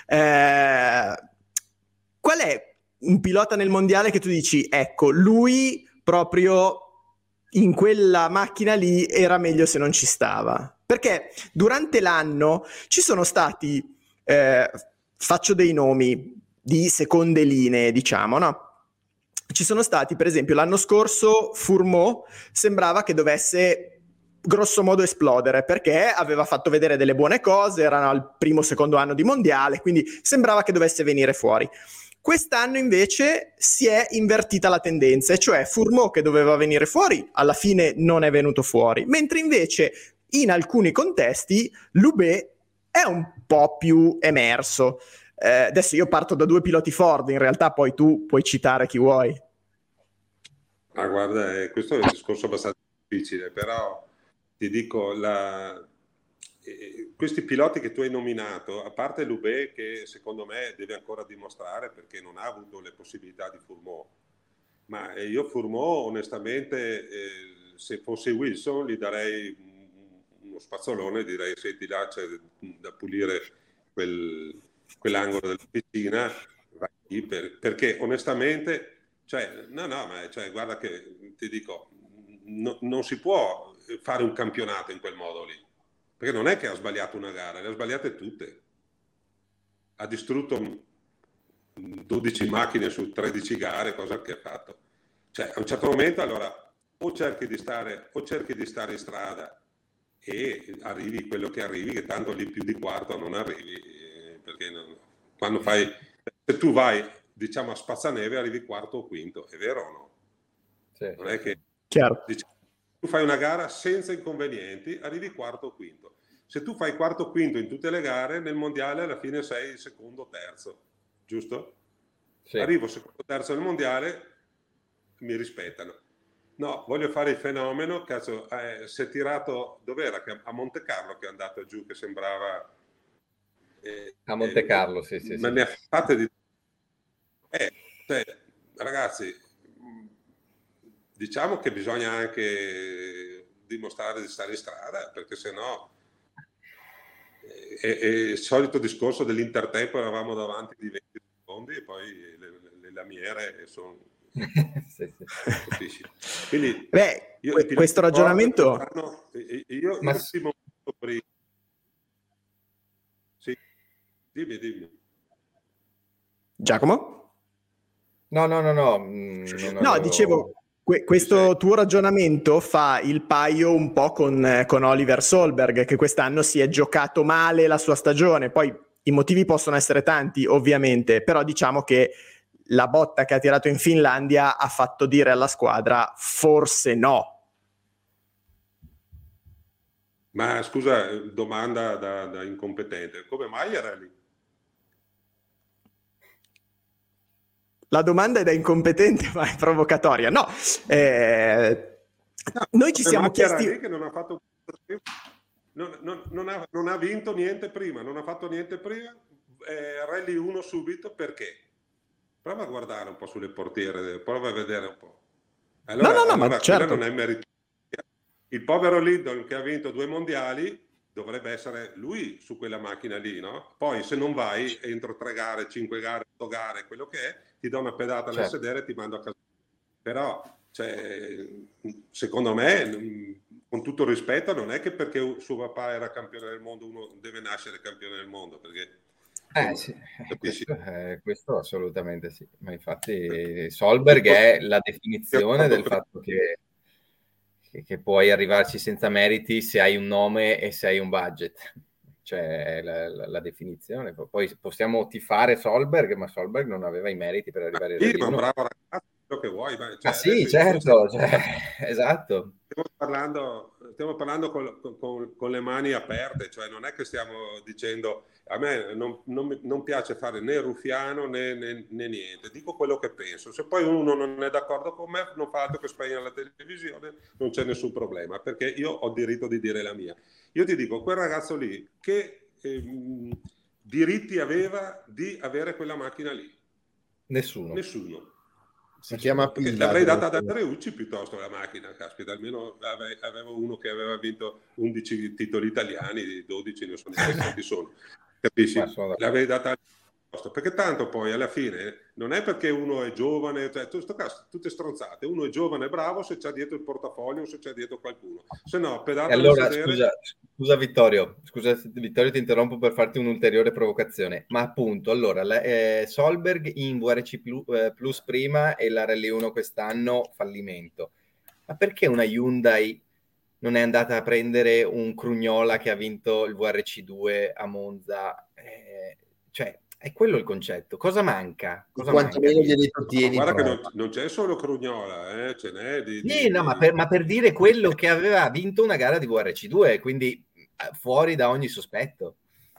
Eh, qual è un pilota nel mondiale che tu dici, ecco, lui proprio in quella macchina lì era meglio se non ci stava? Perché durante l'anno ci sono stati, eh, faccio dei nomi di seconde linee, diciamo, no? Ci sono stati, per esempio, l'anno scorso Fourmeau sembrava che dovesse grosso modo esplodere perché aveva fatto vedere delle buone cose, erano al primo secondo anno di mondiale, quindi sembrava che dovesse venire fuori. Quest'anno invece si è invertita la tendenza, e cioè Fourmeau che doveva venire fuori alla fine non è venuto fuori, mentre invece in alcuni contesti Loubet è un po' più emerso. Eh, adesso io parto da due piloti Ford, in realtà poi tu puoi citare chi vuoi. Ah, guarda, eh, questo è un discorso abbastanza difficile, però ti dico, la, eh, questi piloti che tu hai nominato, a parte Loubet che secondo me deve ancora dimostrare perché non ha avuto le possibilità di Fourmeau, ma io Fourmeau onestamente eh, se fossi Wilson gli darei uno spazzolone e direi senti là c'è da pulire quel, quell'angolo della piscina, vai lì per, perché onestamente cioè, no no ma cioè, guarda che ti dico no, non si può fare un campionato in quel modo lì, perché non è che ha sbagliato una gara, le ha sbagliate tutte, ha distrutto dodici macchine su tredici gare, cosa che ha fatto, cioè a un certo momento allora o cerchi di stare o cerchi di stare in strada e arrivi quello che arrivi, che tanto lì più di quarto non arrivi, eh, perché non, quando fai, se tu vai diciamo a spazzaneve arrivi quarto o quinto, è vero o no? Sì, non è che chiaro. Diciamo, tu fai una gara senza inconvenienti, arrivi quarto o quinto. Se tu fai quarto o quinto in tutte le gare, nel mondiale alla fine sei secondo o terzo, giusto? Sì. Arrivo secondo o terzo nel mondiale, mi rispettano. No, voglio fare il fenomeno, cazzo, eh, si è tirato, dov'era? A Monte Carlo che è andato giù, che sembrava... Eh, a Monte Carlo, eh, sì, sì, ma sì. ne ha fatte di... Eh, cioè, ragazzi, diciamo che bisogna anche dimostrare di stare in strada, perché sennò è, è il solito discorso dell'intertempo, eravamo davanti di venti secondi e poi le, le lamiere sono... sì, sì. Capisci? Quindi Beh, io, que- questo ragionamento... io, io, Ma... io primo prima. Sì, dimmi, dimmi. Giacomo? No, no, no, no. Mm, non No, avevo... dicevo, que- questo tuo ragionamento fa il paio un po' con, con Oliver Solberg, che quest'anno si è giocato male la sua stagione. Poi i motivi possono essere tanti, ovviamente, però diciamo che la botta che ha tirato in Finlandia ha fatto dire alla squadra forse no. Ma scusa, domanda da, da incompetente, come mai era lì? La domanda è da incompetente, ma è provocatoria. No, eh, no noi ci siamo chiesti... Era lì che non ha fatto... Non, non, non, ha, non ha vinto niente prima, non ha fatto niente prima, eh, rally uno subito, perché? Prova a guardare un po' sulle portiere, prova a vedere un po'. Allora, no, no, no, allora ma certo. non è merito. Il povero Lindon che ha vinto due mondiali dovrebbe essere lui su quella macchina lì, no? Poi se non vai entro tre gare, cinque gare, otto gare, quello che è, ti do una pedata nel certo. sedere e ti mando a casa. Però, cioè, secondo me, con tutto il rispetto, non è che perché suo papà era campione del mondo uno deve nascere campione del mondo, perché Eh, sì. questo, eh, questo assolutamente sì, ma infatti Solberg è la definizione del fatto che, che, che puoi arrivarci senza meriti se hai un nome e se hai un budget, cioè la, la, la definizione. Poi possiamo tifare Solberg, ma Solberg non aveva i meriti per arrivare ah, sì, lì. ma un bravo ragazzo, quello che vuoi. Cioè, ah sì, certo, cioè, esatto. Stiamo parlando, stiamo parlando con, con, con le mani aperte, cioè non è che stiamo dicendo, a me non, non, non piace fare né ruffiano né, né, né niente, dico quello che penso. Se poi uno non è d'accordo con me, non fa altro che spegnere la televisione, non c'è nessun problema, perché io ho diritto di dire la mia. Io ti dico, quel ragazzo lì, che ehm, diritti aveva di avere quella macchina lì? Nessuno. Nessuno. Si chiama Pila, l'avrei data ad Andreucci piuttosto la macchina, caspita, almeno avevo uno che aveva vinto undici titoli italiani, dodici ne sono quanti sono, capisci? L'avrei data piuttosto, perché tanto poi alla fine non è perché uno è giovane, cioè, tu, sto caso, tutte stronzate, uno è giovane e bravo se c'ha dietro il portafoglio o se c'ha dietro qualcuno, se no pedata allora, sedere... scusa, scusa Vittorio, scusa Vittorio ti interrompo per farti un'ulteriore provocazione, ma appunto allora la, eh, Solberg in V R C plus, eh, plus prima e la Rally uno quest'anno fallimento, ma perché una Hyundai non è andata a prendere un Crugnola che ha vinto il V R C due a Monza? Eh, cioè è quello il concetto. Cosa manca? Cosa quantomeno gli hai detto tieni, guarda che non, non c'è solo Crugnola, eh, ce n'è di, sì, di, no, di... Ma, per, ma per dire quello che aveva vinto una gara di V R C due, quindi fuori da ogni sospetto.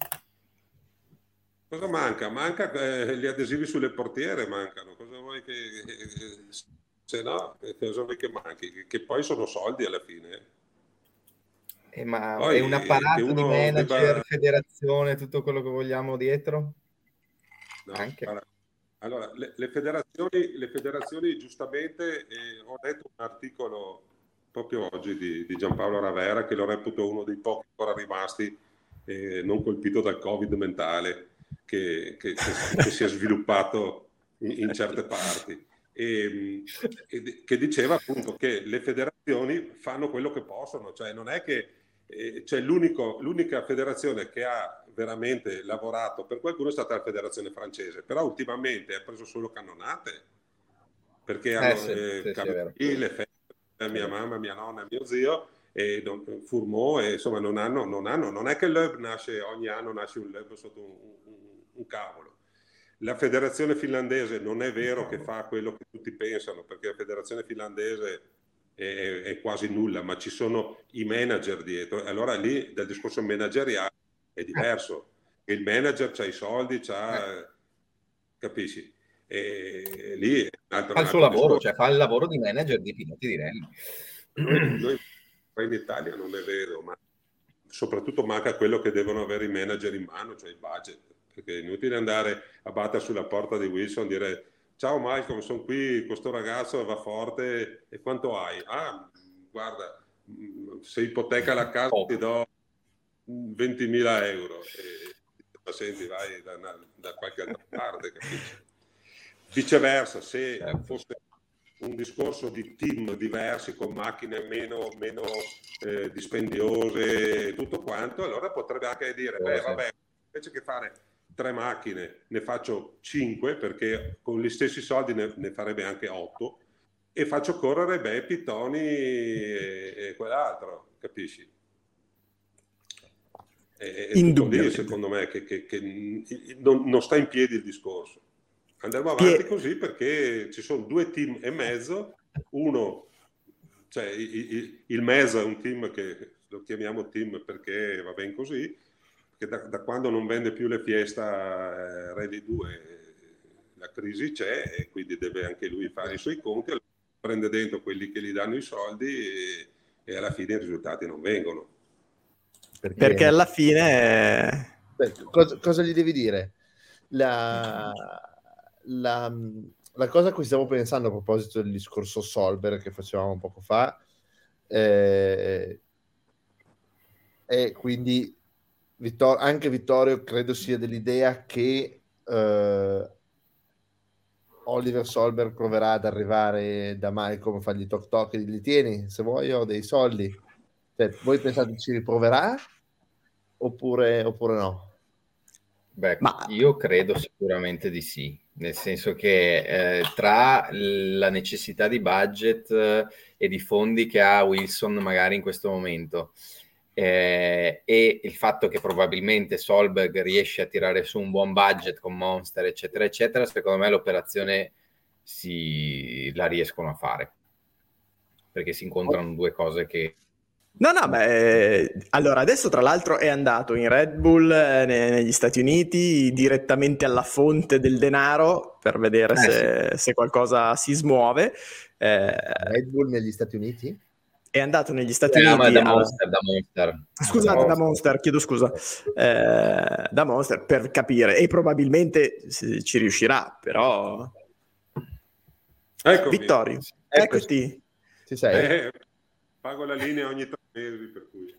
Cosa manca? Manca eh, gli adesivi sulle portiere, mancano. Cosa vuoi che... se no, cosa vuoi che manchi? Che, che poi sono soldi alla fine. Eh, ma poi, è un apparato di manager, debba... federazione, tutto quello che vogliamo dietro? No, Anche. guarda, allora, le, le, federazioni, le federazioni giustamente, eh, ho letto un articolo proprio oggi di, di Giampaolo Ravera, che lo reputo uno dei pochi ancora rimasti eh, non colpito dal Covid mentale che, che, che, che si è sviluppato in, in certe parti. E, e che diceva appunto che le federazioni fanno quello che possono, cioè non è che eh, c'è l'unico, l'unica federazione che ha veramente lavorato per qualcuno è stata la federazione francese, però ultimamente ha preso solo cannonate perché hanno Eh, sì, eh, sì, sì, è vero. le feste, mia mamma, mia nonna, mio zio e non, Furmo e insomma non hanno, non hanno, non è che l'E B nasce ogni anno nasce un L E B sotto un, un, un cavolo. La federazione finlandese non è vero che fa quello che tutti pensano, perché la federazione finlandese è, è quasi nulla, ma ci sono i manager dietro. Allora lì dal discorso manageriale è diverso. Il manager c'ha i soldi, c'ha, eh. capisci? E lì è un altro, fa il suo lavoro, discorso. Cioè fa il lavoro di manager di piloti di rally. Noi, noi in Italia non è vero, ma soprattutto manca quello che devono avere i manager in mano, cioè il budget. Perché è inutile andare a battere sulla porta di Wilson e dire ciao Malcolm, sono qui, questo ragazzo va forte e quanto hai? Ah, guarda, se ipoteca la casa oh. ti do ventimila euro e ma senti vai da, da qualche altra parte, capisci? Viceversa, se certo. fosse un discorso di team diversi con macchine meno, meno eh, dispendiose e tutto quanto, allora potrebbe anche dire oh, beh sì. vabbè, invece che fare tre macchine ne faccio cinque perché con gli stessi soldi ne, ne farebbe anche otto e faccio correre beh, Pitoni e, e quell'altro, capisci? È, è tutto lì secondo me che, che, che non, non sta in piedi il discorso. Andiamo avanti Pie... così perché ci sono due team e mezzo, uno, cioè il, il, il mezzo è un team che lo chiamiamo team perché va bene così, che da, da quando non vende più le Fiesta eh, Rally due la crisi c'è e quindi deve anche lui fare i suoi conti, prende dentro quelli che gli danno i soldi e, e alla fine i risultati non vengono. Perché, perché alla fine... Beh, cosa, cosa gli devi dire? La, la, la cosa a cui stiamo pensando a proposito del discorso Solberg che facevamo poco fa eh, è quindi Vittor- anche Vittorio credo sia dell'idea che eh, Oliver Solberg proverà ad arrivare da Malcolm, fargli toc toc e gli tieni se vuoi ho dei soldi. Cioè, voi pensate ci riproverà oppure, oppure no? Beh, ma io credo sicuramente di sì, nel senso che eh, tra la necessità di budget eh, e di fondi che ha Wilson magari in questo momento eh, e il fatto che probabilmente Solberg riesce a tirare su un buon budget con Monster eccetera eccetera, secondo me l'operazione si la riescono a fare perché si incontrano due cose che No, no, beh, allora adesso tra l'altro è andato in Red Bull eh, negli Stati Uniti direttamente alla fonte del denaro per vedere eh, se, sì. se qualcosa si smuove. Eh, Red Bull negli Stati Uniti? È andato negli Stati eh, Uniti. Da alla... Monster, da Monster. Scusate, da Monster, chiedo scusa. Eh, da Monster per capire e probabilmente ci riuscirà, però... Eccomi. Vittorio, Eccoci. eccoti. Ci sei? Eh, pago la linea ogni tre mesi, per cui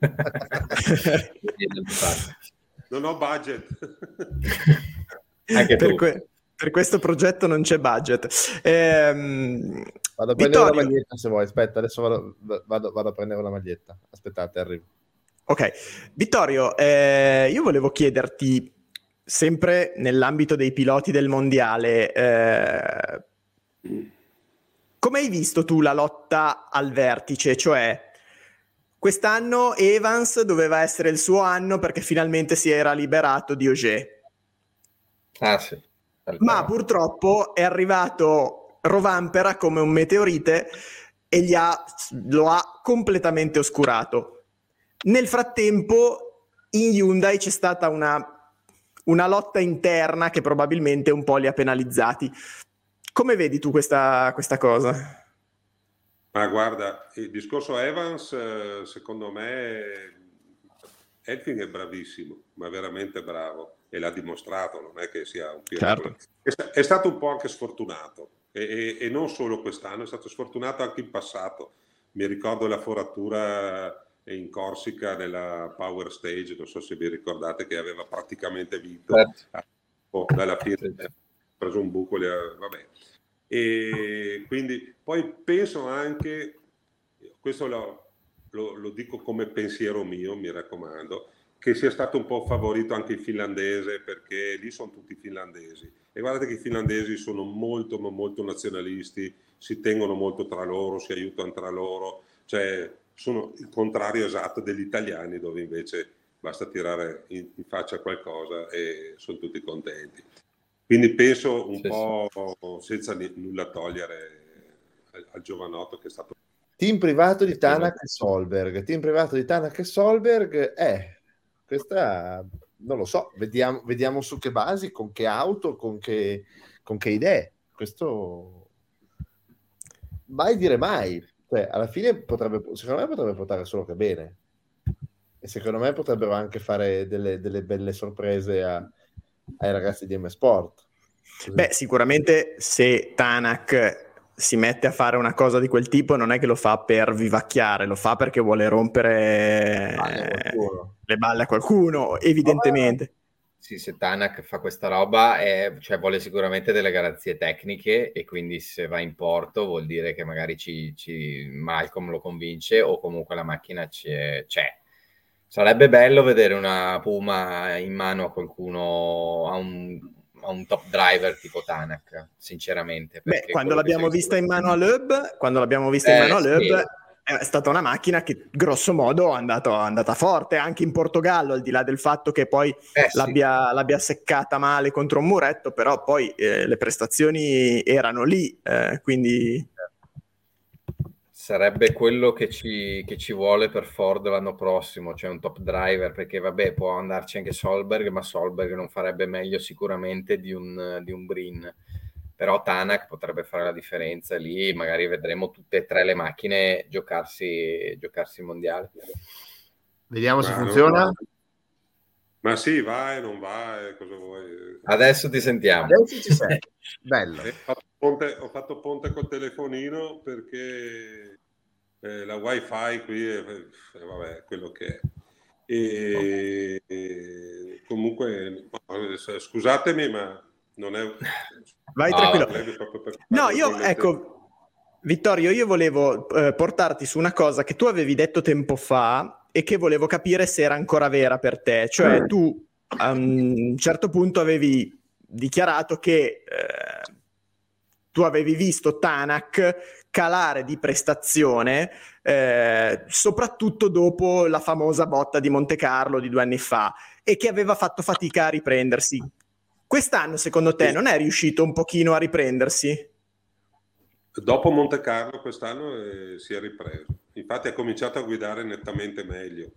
non ho budget. Anche per, tu. Que- per questo progetto non c'è budget. Ehm, vado a prendere Vittorio... la maglietta se vuoi. Aspetta, adesso vado, vado, vado a prendere la maglietta. Aspettate, arrivo. Ok, Vittorio, eh, io volevo chiederti, sempre nell'ambito dei piloti del mondiale, eh, come hai visto tu la lotta al vertice? Cioè, quest'anno Evans doveva essere il suo anno perché finalmente si era liberato di Ogier. Ah sì. Ma purtroppo è arrivato Rovanpera come un meteorite e gli ha, lo ha completamente oscurato. Nel frattempo in Hyundai c'è stata una, una lotta interna che probabilmente un po' li ha penalizzati. Come vedi tu questa, questa cosa? Ma guarda, il discorso Evans, secondo me, Elfing è bravissimo, ma veramente bravo, e l'ha dimostrato, non è che sia un pilota. Certo. È stato un po' anche sfortunato, e, e, e non solo quest'anno, è stato sfortunato anche in passato, mi ricordo la foratura in Corsica nella Power Stage, non so se vi ricordate, che aveva praticamente vinto certo. Dalla fine ha preso un buco, vabbè. E quindi poi penso anche, questo lo, lo, lo dico come pensiero mio, mi raccomando, che sia stato un po' favorito anche il finlandese, perché lì sono tutti finlandesi e guardate che i finlandesi sono molto molto nazionalisti, si tengono molto tra loro, si aiutano tra loro, cioè sono il contrario esatto degli italiani, dove invece basta tirare in, in faccia qualcosa e sono tutti contenti. Quindi penso un sì, po' sì. senza n- nulla togliere al, al giovanotto che è stato... Team privato di Tanak e Solberg, team privato di Tanak e Solberg, eh, questa non lo so, vediamo, vediamo su che basi, con che auto, con che, con che idee. Questo mai dire mai. Cioè, alla fine potrebbe, secondo me potrebbe portare solo che bene. E secondo me potrebbero anche fare delle, delle belle sorprese a, ai ragazzi di M Sport. Così. Beh, sicuramente se Tanak si mette a fare una cosa di quel tipo non è che lo fa per vivacchiare, lo fa perché vuole rompere ah, le balle a qualcuno, evidentemente. Sì, se Tanak fa questa roba è, cioè, vuole sicuramente delle garanzie tecniche, e quindi se va in porto vuol dire che magari ci, ci Malcolm lo convince, o comunque la macchina c'è, c'è. Sarebbe bello vedere una Puma in mano a qualcuno, a un, a un top driver tipo Tanak, sinceramente. Beh, quando l'abbiamo vista in mano a Loeb, quando l'abbiamo vista eh, in mano a Loeb, sì. è stata una macchina che grosso modo è andato, è andata forte anche in Portogallo, al di là del fatto che poi eh, l'abbia, sì. l'abbia seccata male contro un muretto, però poi eh, le prestazioni erano lì, eh, quindi... Sarebbe quello che ci, che ci vuole per Ford l'anno prossimo, cioè un top driver, perché vabbè può andarci anche Solberg, ma Solberg non farebbe meglio sicuramente di un, di un Brin. Però Tanak potrebbe fare la differenza, e lì magari vedremo tutte e tre le macchine giocarsi, giocarsi il mondiale. Vediamo ma se funziona. Non... Ma sì, va e non va, e cosa vuoi? Adesso ti sentiamo. Adesso ci sei. Bello. Eh, ho, fatto ponte, ho fatto ponte col telefonino perché eh, la wifi qui è, eh, vabbè, quello che è. E, e comunque, scusatemi, ma non è... Vai no, tranquillo. No, io, ecco, Vittorio, io volevo eh, portarti su una cosa che tu avevi detto tempo fa e che volevo capire se era ancora vera per te. Cioè, tu a un certo punto avevi dichiarato che eh, tu avevi visto Tanak calare di prestazione, eh, soprattutto dopo la famosa botta di Monte Carlo di due anni fa, e che aveva fatto fatica a riprendersi. Quest'anno, secondo te, non è riuscito un pochino a riprendersi? Dopo Monte Carlo quest'anno eh, si è ripreso. Infatti ha cominciato a guidare nettamente meglio.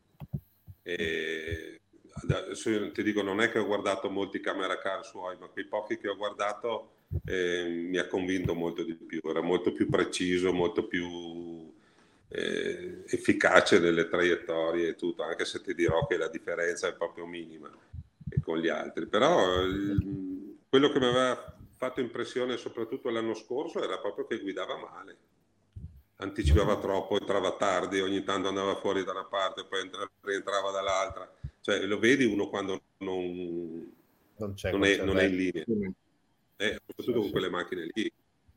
E adesso io ti dico, non è che ho guardato molti camera car suoi, ma quei pochi che ho guardato eh, mi ha convinto molto di più. Era molto più preciso, molto più eh, efficace nelle traiettorie e tutto, anche se ti dirò che la differenza è proprio minima con gli altri. Però il, quello che mi aveva fatto impressione soprattutto l'anno scorso era proprio che guidava male, anticipava troppo, entrava tardi, ogni tanto andava fuori da una parte, poi entra, rientrava dall'altra. Cioè lo vedi uno quando non, non, c'è, non, non, è, c'è non è in linea, eh, soprattutto sì, con quelle macchine lì.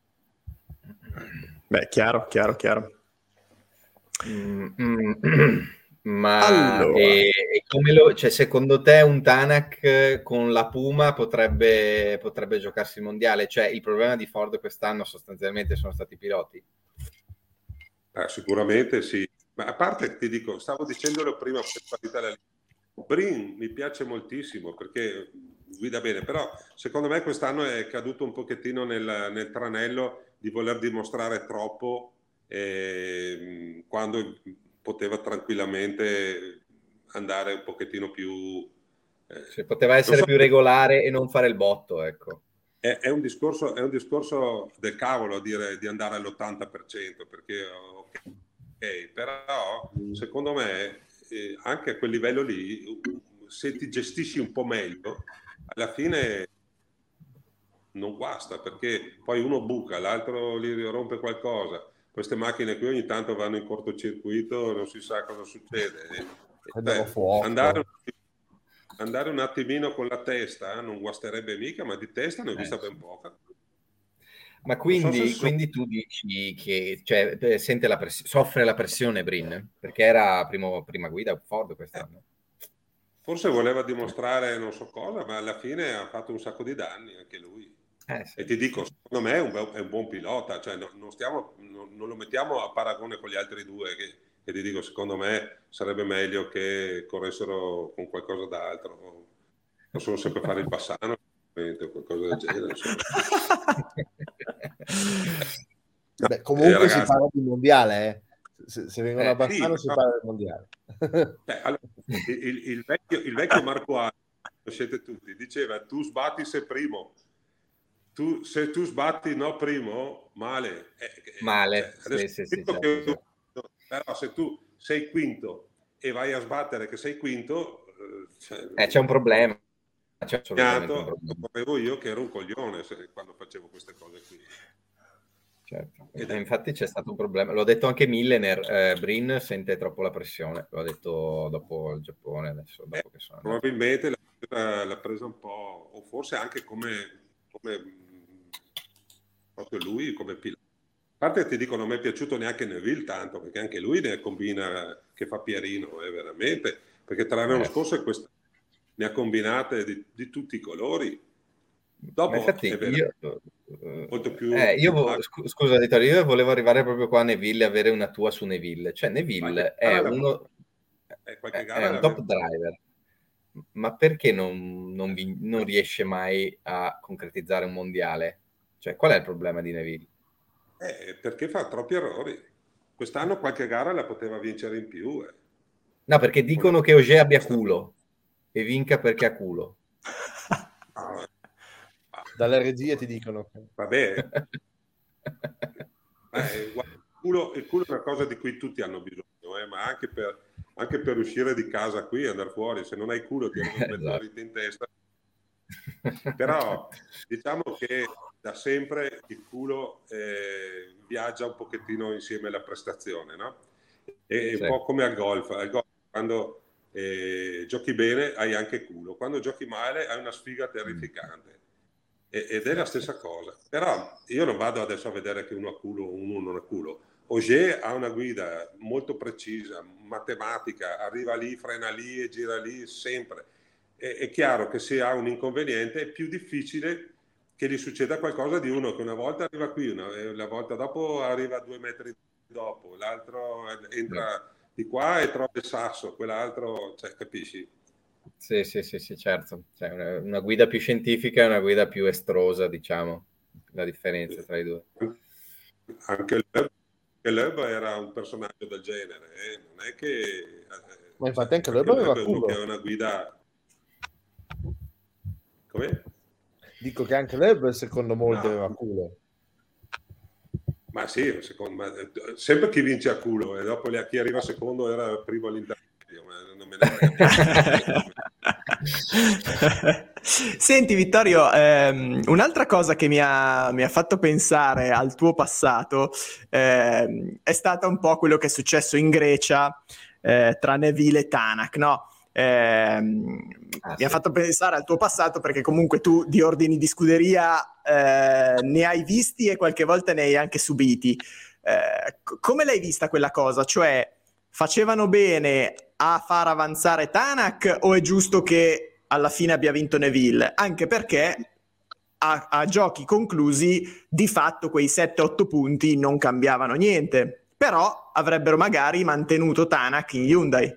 Beh, chiaro, chiaro, chiaro. Mm, mm. Ma allora. e, e come lo, cioè, secondo te un Tanak con la Puma potrebbe, potrebbe giocarsi il mondiale? Cioè, il problema di Ford quest'anno sostanzialmente sono stati i piloti? Eh, sicuramente sì, ma a parte ti dico, stavo dicendolo prima, Brin mi piace moltissimo perché guida bene, però secondo me quest'anno è caduto un pochettino nel, nel tranello di voler dimostrare troppo eh, quando poteva tranquillamente andare un pochettino più... Eh, Se poteva essere so, più regolare e non fare il botto, ecco. È, è, un discorso, è un discorso del cavolo dire di andare all'ottanta per cento, perché ok, però secondo me eh, anche a quel livello lì, se ti gestisci un po' meglio, alla fine non guasta, perché poi uno buca, l'altro gli rompe qualcosa, queste macchine qui ogni tanto vanno in cortocircuito, non si sa cosa succede. Beh, andare, andare un attimino con la testa non guasterebbe mica, ma di testa ne ho vista eh, ben poca. Ma quindi, so quindi tu dici che cioè, sente la press- soffre la pressione Brin? Perché era primo, prima guida Ford quest'anno. Eh, forse voleva dimostrare non so cosa, ma alla fine ha fatto un sacco di danni anche lui. Eh, sì. E ti dico, secondo me è un, è un buon pilota, cioè no, non, stiamo, non, non lo mettiamo a paragone con gli altri due, che, che ti dico, secondo me sarebbe meglio che corressero con qualcosa d'altro. Possono sempre fare il Bassano o qualcosa del genere. Beh, comunque eh, ragazzi, si parla di mondiale, eh. se, se vengono eh, a Bassano sì, si parla del mondiale. Beh, allora, il, il, vecchio, il vecchio Marco Arno, conoscete tutti, diceva tu sbatti se primo. Tu, se tu sbatti no primo, male. Eh, male, cioè, sì, sì, sì, che certo, tu, però se tu sei quinto e vai a sbattere che sei quinto... Cioè, eh, c'è un problema. C'è assolutamente un problema. Sapevo io che ero un coglione se, quando facevo queste cose qui. Certo. E è... infatti c'è stato un problema. L'ho detto anche Millener, eh, Brin sente troppo la pressione. L'ho detto dopo il Giappone, adesso dopo eh, che sono andato. Probabilmente l'ha, l'ha presa un po', o forse anche come... come proprio lui come pilota. A parte ti dico, non mi è piaciuto neanche Neville tanto, perché anche lui ne combina che fa Pierino, eh, veramente, perché tra l'anno eh. scorso e questa ne ha combinate di, di tutti i colori. Dopo, ma infatti è io, molto più... Eh, io vo- scu- scusa Vittorio, io volevo arrivare proprio qua a Neville e avere una tua su Neville. Cioè Neville è uno è, è un top driver, ma perché non, non, vi, non riesce mai a concretizzare un mondiale? Cioè qual è il problema di Neville? Eh, perché fa troppi errori. Quest'anno qualche gara la poteva vincere in più. Eh. No, perché dicono che Ogier abbia culo e vinca perché ha culo. Ah, dalle regie ti dicono. Vabbè. Eh, guarda, il, culo, il culo è una cosa di cui tutti hanno bisogno, eh, ma anche per, anche per uscire di casa qui e andare fuori. Se non hai culo ti arriva un meteorite in testa. Però diciamo che da sempre il culo eh, viaggia un pochettino insieme alla prestazione, no? È sì. Un po' come al golf. Al golf quando eh, giochi bene hai anche culo, quando giochi male hai una sfiga terrificante. E, ed è la stessa cosa. Però io non vado adesso a vedere che uno ha culo o uno non ha culo. Ogier ha una guida molto precisa, matematica, arriva lì, frena lì e gira lì sempre. È chiaro che se ha un inconveniente è più difficile che gli succeda qualcosa di uno che una volta arriva qui, una, la volta dopo arriva due metri dopo, l'altro entra di qua e trova il sasso, quell'altro, cioè, capisci? Sì, sì, sì, sì, certo. Cioè, una, una guida più scientifica e una guida più estrosa, diciamo, la differenza tra i due. Anche Loeb era un personaggio del genere, eh? Non è che... Eh, Ma infatti anche Loeb aveva culo. Che è una guida... Come? Dico che anche Loeb secondo molti no. aveva culo. Ma sì, secondo me, sempre chi vince a culo e dopo chi arriva secondo era primo all'interno, ma non me ne frega. Senti Vittorio, ehm, un'altra cosa che mi ha, mi ha fatto pensare al tuo passato ehm, è stata un po' quello che è successo in Grecia eh, tra Neville e Tanak, no? Eh, ah, mi sì. ha fatto pensare al tuo passato perché comunque tu di ordini di scuderia eh, ne hai visti e qualche volta ne hai anche subiti. Eh, c- come l'hai vista quella cosa? Cioè, facevano bene a far avanzare Tanak o è giusto che alla fine abbia vinto Neville? Anche perché a, a giochi conclusi di fatto quei sette otto punti non cambiavano niente, però avrebbero magari mantenuto Tanak in Hyundai.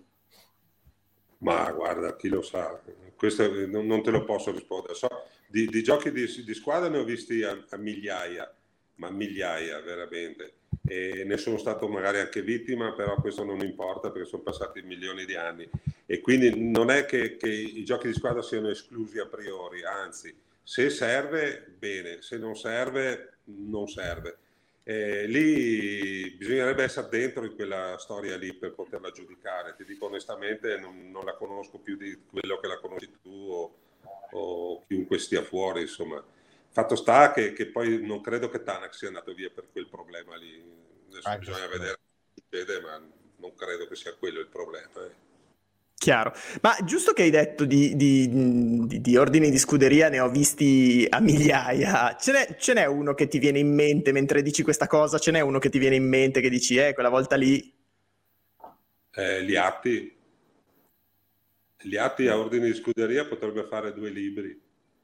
Ma guarda, chi lo sa, questo non, non te lo posso rispondere. So, di, di giochi di, di squadra ne ho visti a, a migliaia, ma migliaia veramente. E ne sono stato magari anche vittima, però questo non importa perché sono passati milioni di anni. E quindi non è che, che i giochi di squadra siano esclusi a priori, anzi, se serve, bene, se non serve, non serve. Eh, lì bisognerebbe essere dentro in quella storia lì per poterla giudicare. Ti dico onestamente, non, non la conosco più di quello che la conosci tu o, o chiunque stia fuori, insomma. Fatto sta che, che poi non credo che Tanak sia andato via per quel problema lì. adesso Ah, bisogna questo. vedere cosa succede, ma non credo che sia quello il problema. Eh. Chiaro, ma giusto che hai detto di, di- di- di ordini di scuderia, ne ho visti a migliaia. Ce n'è, ce n'è uno che ti viene in mente mentre dici questa cosa? Ce n'è uno che ti viene in mente che dici, eh, quella volta lì? Eh, gli atti, gli atti a ordine di scuderia potrebbe fare due libri.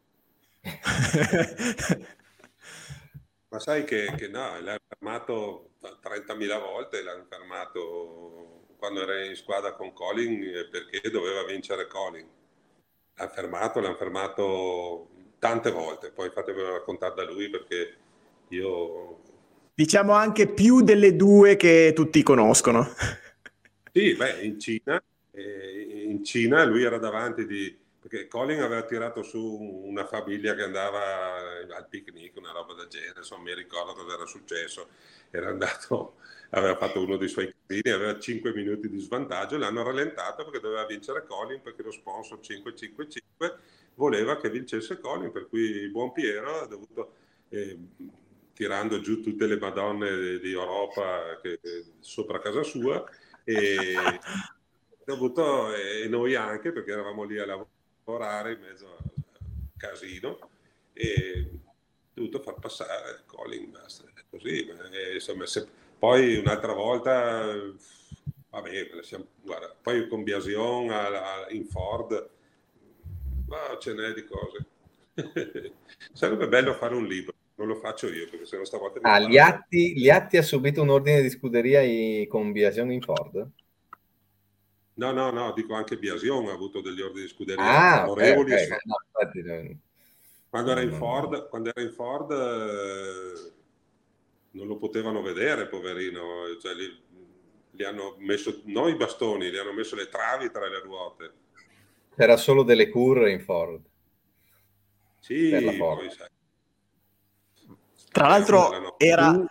Ma sai che, che no, l'hanno fermato trentamila volte, l'hanno fermato quando era in squadra con Colin eh, perché doveva vincere Colin. L'hanno fermato, l'hanno fermato tante volte, poi fatemelo raccontare da lui perché io... Diciamo anche più delle due che tutti conoscono. Sì, beh, in Cina, eh, in Cina lui era davanti di... perché Colin aveva tirato su una famiglia che andava al picnic, una roba del genere, insomma mi ricordo cosa era successo, era andato, aveva fatto uno dei suoi casini, aveva cinque minuti di svantaggio, l'hanno rallentato perché doveva vincere Colin, perché lo sponsor cinque cinque cinque voleva che vincesse Colin, per cui il buon Piero ha dovuto... Eh, tirando giù tutte le madonne di Europa che, che, sopra casa sua, e dovuto, e noi anche perché eravamo lì a lavorare in mezzo al casino e dovuto far passare Colin, basta, così. E, insomma, se, poi un'altra volta vabbè, siamo, guarda, poi con Biasion alla, in Ford, ma ce n'è di cose. Sarebbe bello fare un libro, non lo faccio io perché se no stavolta mi ah, sparo. gli atti, gli atti ha subito un ordine di scuderia i- con Biasion in Ford? No, no, no, dico anche Biasion ha avuto degli ordini di scuderia Ah, ok, favorevoli. ok. No, infatti, eh, Quando era in no, no, Ford, no. quando era in Ford eh, non lo potevano vedere, poverino. Cioè, li, li hanno messo, non i bastoni, li hanno messo le travi tra le ruote. C'era solo delle curve in Ford per la Sì, Ford. poi sai. Tra Tempo della l'altro notte. era... Tu,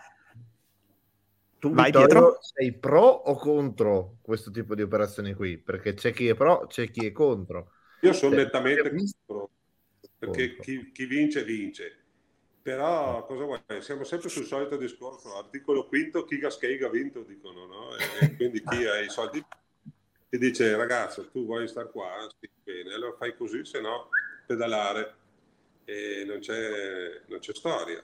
tu Vai, Vittorio, Pietro? sei pro o contro questo tipo di operazioni qui? Perché c'è chi è pro, c'è chi è contro. Io sono Cioè, nettamente abbiamo visto- contro, perché contro. chi, chi vince, vince. Però cosa vuoi? Siamo sempre sul solito discorso, articolo quinto, chi Gasquet ha vinto, dicono, no? E, e quindi chi ha i soldi ti dice, ragazzo, tu vuoi star qua? Sì, bene, allora fai così, se no pedalare. E non c'è, non c'è storia.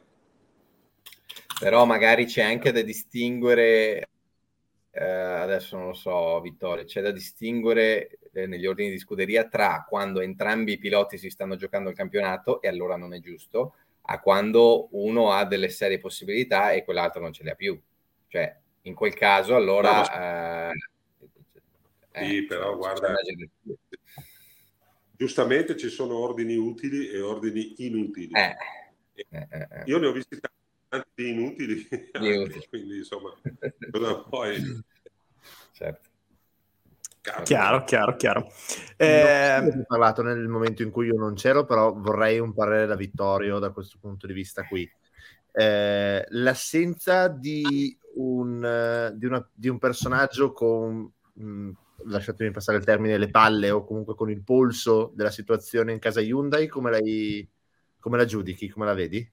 Però magari c'è anche da distinguere, eh, adesso non lo so, Vittorio, c'è da distinguere eh, negli ordini di scuderia tra quando entrambi i piloti si stanno giocando il campionato e allora non è giusto, a quando uno ha delle serie possibilità e quell'altro non ce le ha più. Cioè, in quel caso No, ma allora... Eh, sì, eh, però c'è guarda, una gerarchia. giustamente ci sono ordini utili e ordini inutili. Eh, eh, eh, eh. Io ne ho visti tanti di inutili anche, Inutili. quindi insomma, cosa poi... Certo. Chiaro, chiaro, chiaro. Non so Eh, se avete parlato nel momento in cui io non c'ero, però vorrei un parere da Vittorio da questo punto di vista qui. Eh, l'assenza di un, eh, di, una, di un personaggio con, mh, lasciatemi passare il termine, le palle o comunque con il polso della situazione in casa Hyundai, come, lei, come la giudichi, come la vedi?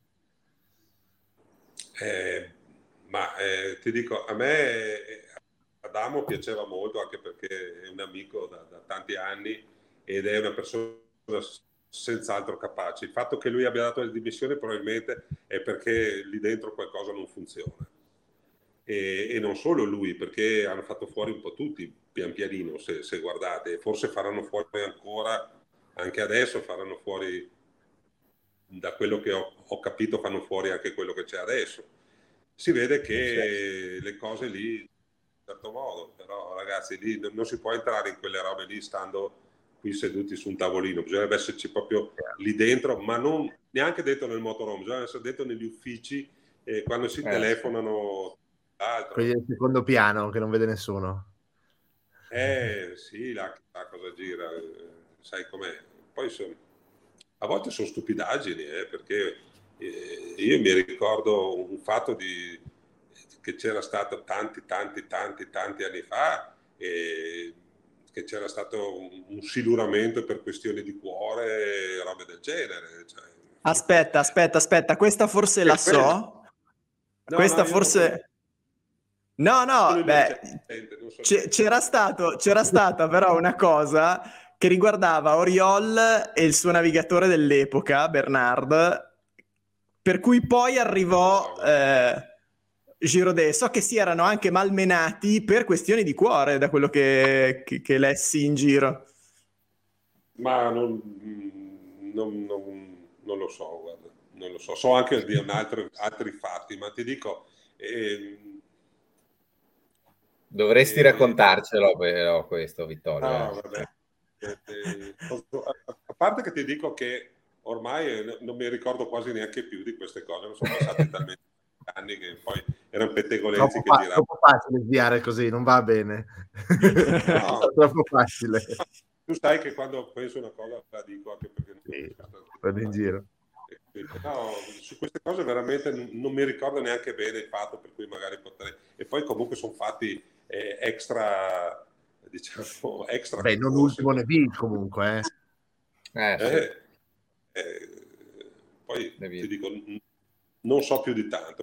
Eh, ma eh, ti dico, a me eh, Adamo piaceva molto anche perché è un amico da, da tanti anni ed è una persona senz'altro capace. Il fatto che lui abbia dato le dimissioni probabilmente è perché lì dentro qualcosa non funziona. E, e non solo lui, perché hanno fatto fuori un po' tutti pian pianino, se, se guardate, forse faranno fuori ancora, anche adesso faranno fuori, da quello che ho, ho capito, fanno fuori anche quello che c'è adesso. Si vede che le cose lì, in certo modo, però ragazzi, lì non, non si può entrare in quelle robe lì stando qui seduti su un tavolino, bisognerebbe esserci proprio lì dentro, ma non neanche dentro nel motorhome, bisogna essere dentro negli uffici eh, quando si Eh, telefonano. Altro. Quelli del secondo piano che non vede nessuno. Eh sì, là, là cosa gira, eh, sai com'è. Poi sono, a volte sono stupidaggini, eh, perché eh, io mi ricordo un fatto di, che c'era stato tanti, tanti, tanti, tanti anni fa, eh, che c'era stato un, un siluramento per questioni di cuore, robe del genere. Cioè, aspetta, aspetta, aspetta, questa forse la so. no, Questa no, io non forse... No, no, beh, c- c'era, stato, c'era stata però una cosa che riguardava Oriol e il suo navigatore dell'epoca, Bernard, per cui poi arrivò eh, Girodet. So che si erano anche malmenati per questioni di cuore, da quello che, che, che lessi in giro. Ma non, non, non, non lo so, guarda, non lo so. So anche di un altro, altri fatti, ma ti dico... Eh, Dovresti eh, raccontarcelo però questo, Vittorio. No, eh. vabbè. Eh, eh, a parte che ti dico che ormai non mi ricordo quasi neanche più di queste cose, non sono passati talmente anni che poi erano pettegolezzi che fa- giravano. Troppo facile sviare così, non va bene. No, troppo facile. Tu sai che quando penso una cosa la dico anche perché non Sì, sono vado in giro. No, su queste cose veramente non mi ricordo neanche bene il fatto per cui magari potrei... E poi comunque sono fatti eh, extra, diciamo, extra... Beh, non ultimo Neville comunque, eh. Eh, sì. Eh, eh, poi ti dico, non so più di tanto.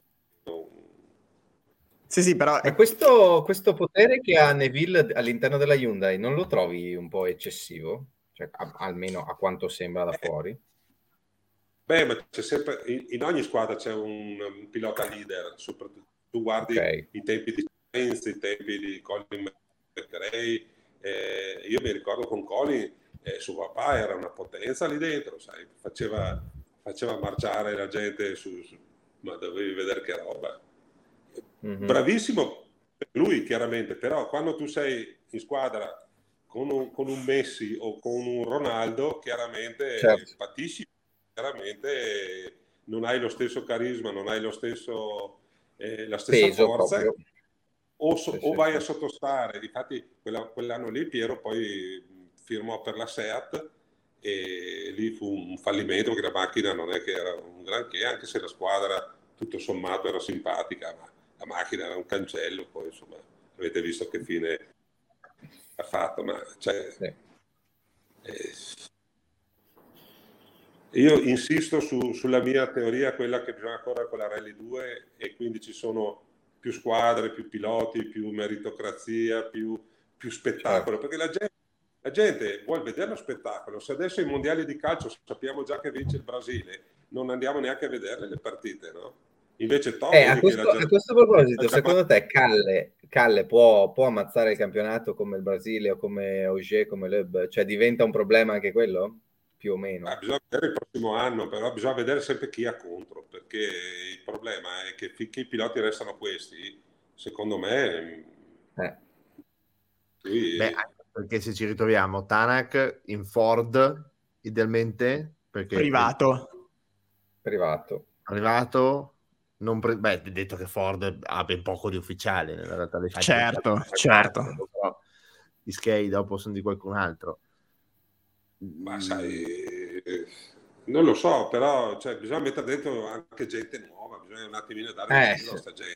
Sì, sì, però... Ma questo, questo potere che ha Neville all'interno della Hyundai non lo trovi un po' eccessivo? Cioè, a, almeno a quanto sembra da fuori? Beh, ma c'è sempre, in, in ogni squadra c'è un, un pilota leader, soprattutto tu guardi okay. i tempi di Sainz, i tempi di Colin McRae, eh, io mi ricordo con Colin, eh, suo papà era una potenza lì dentro, sai, faceva, faceva marciare la gente, su, su, ma dovevi vedere che roba. Mm-hmm. Bravissimo per lui chiaramente, però quando tu sei in squadra con un, con un Messi o con un Ronaldo, chiaramente certo. patisci, chiaramente non hai lo stesso carisma, non hai lo stesso eh, la stessa peso forza proprio. o, so, o vai a sottostare. Infatti quella, quell'anno lì Piero poi firmò per la Seat e lì fu un fallimento perché la macchina non è che era un granché, anche se la squadra tutto sommato era simpatica, ma la macchina era un cancello. Poi insomma avete visto che fine ha fatto, ma cioè, sì. eh, io insisto su, sulla mia teoria, quella che bisogna correre con la Rally due e quindi ci sono più squadre, più piloti, più meritocrazia, più, più spettacolo, perché la gente, la gente vuole vedere lo spettacolo. Se adesso ai mondiali di calcio sappiamo già che vince il Brasile, non andiamo neanche a vedere le partite, no? Invece top, eh, a, questo, che la gente... a questo proposito, secondo te Calle, Calle può, può ammazzare il campionato come il Brasile o come Ogier, come Loeb? Cioè diventa un problema anche quello? Più o meno. Ah, bisogna vedere il prossimo anno, però bisogna vedere sempre chi ha contro, perché il problema è che finché i piloti restano questi, secondo me... Eh. Lui... Beh, perché se ci ritroviamo Tanak in Ford, idealmente, perché... Privato. Privato. Privato... Non pre- beh, detto che Ford ha ben poco di ufficiale nella realtà dei fatti. Certo, certo. Parte, però gli skate dopo sono di qualcun altro. Ma sai, non lo so, però cioè, bisogna mettere dentro anche gente nuova, bisogna un attimino dare eh, un giro a sta gente.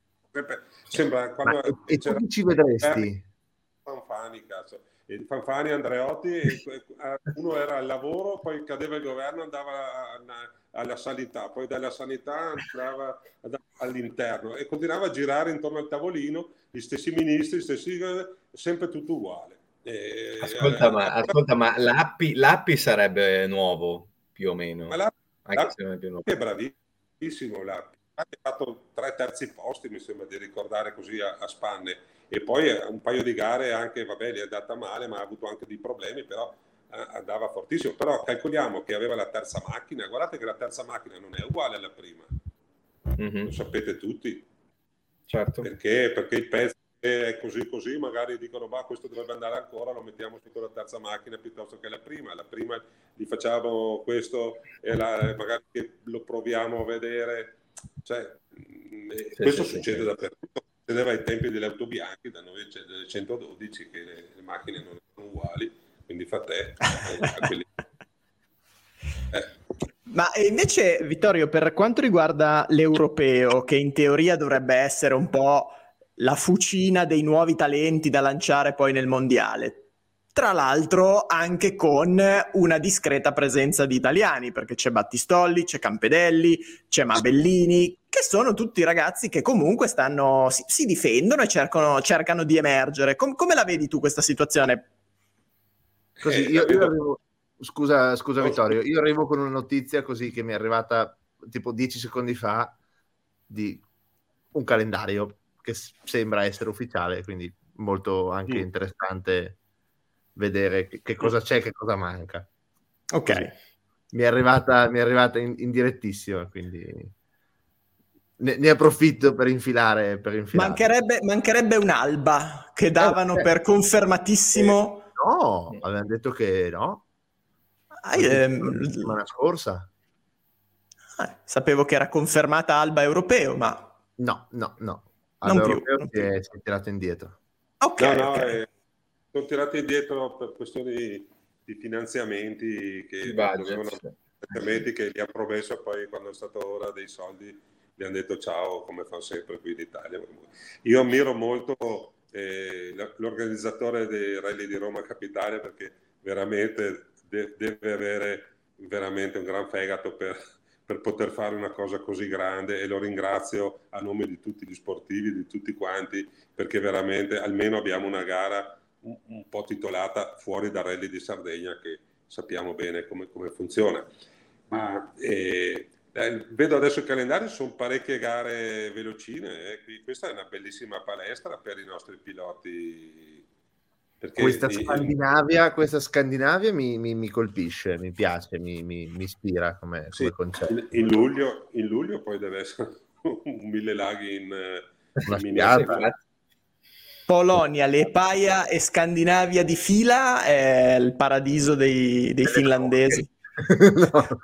Sembra quando Ma e tu ci vedresti? Fanfani, cazzo. E Fanfani, Andreotti, uno era al lavoro, poi cadeva il governo, andava alla sanità, poi dalla sanità andava all'interno e continuava a girare intorno al tavolino, gli stessi ministri, gli stessi, sempre tutto uguale. E, ascolta, eh, ma, ascolta, ma l'Appi, l'Appi sarebbe nuovo più o meno. Ma l'Appi, anche l'Appi se non è più nuovo. È bravissimo l'Appi. Ha fatto tre terzi posti, mi sembra di ricordare così a, a spanne, e poi un paio di gare anche, vabbè, li è andata male, ma ha avuto anche dei problemi, però eh, andava fortissimo. Però calcoliamo che aveva la terza macchina, guardate che la terza macchina non è uguale alla prima, mm-hmm. Lo sapete tutti. Certo. Perché? Perché il pezzo è così così, magari dicono ma questo dovrebbe andare ancora, lo mettiamo sotto la terza macchina piuttosto che la prima. La prima gli facciamo questo e la, magari lo proviamo a vedere. Cioè, sì, questo sì, succede sì. dappertutto. Succedeva ai tempi delle auto bianche, da noi c'è delle centododici che le, le macchine non sono uguali, quindi fa te. eh. Ma invece, Vittorio, per quanto riguarda l'europeo, che in teoria dovrebbe essere un po' la fucina dei nuovi talenti da lanciare poi nel mondiale, tra l'altro anche con una discreta presenza di italiani, perché c'è Battistolli, c'è Campedelli, c'è Mabellini, che sono tutti ragazzi che comunque stanno, si, si difendono e cercano, cercano di emergere. Com- come la vedi tu questa situazione? Così, io, io arrivo, scusa, scusa Vittorio, io arrivo con una notizia così che mi è arrivata tipo dieci secondi fa di un calendario che sembra essere ufficiale, quindi molto anche mm. interessante vedere che, che cosa c'è, che cosa manca. Ok. Così. Mi è arrivata, mi è arrivata in, in direttissima, quindi ne, ne approfitto per infilare. Per infilare. Mancherebbe, mancherebbe un'Alba che davano eh, per confermatissimo. Eh, no, avevano detto che no. Ah, ehm, la settimana scorsa. Ah, sapevo che era confermata Alba europeo, ma no, no, no. Alba non europeo più, si, non è, si è tirato indietro. Ok, no, no, okay. Eh, sono tirati indietro per questioni di, di finanziamenti che budget, finanziamenti che gli ha promesso, e poi quando è stata ora dei soldi gli hanno detto ciao, come fanno sempre qui in Italia. Io ammiro molto eh, l'organizzatore dei rally di Roma Capitale, perché veramente de- deve avere veramente un gran fegato per, per poter fare una cosa così grande, e lo ringrazio a nome di tutti gli sportivi, di tutti quanti, perché veramente almeno abbiamo una gara un, un po' titolata fuori dal rally di Sardegna, che sappiamo bene come, come funziona. Ma eh, eh, vedo adesso il calendario, sono parecchie gare velocine, eh. Qui, questa è una bellissima palestra per i nostri piloti. Perché questa Scandinavia, questa Scandinavia mi, mi, mi colpisce, mi piace, mi, mi, mi ispira come, sì, come concetto. In, in, luglio, in luglio poi deve essere un mille laghi in, in miniatura. Polonia, Liepaja e Scandinavia di fila è il paradiso dei, dei finlandesi. No.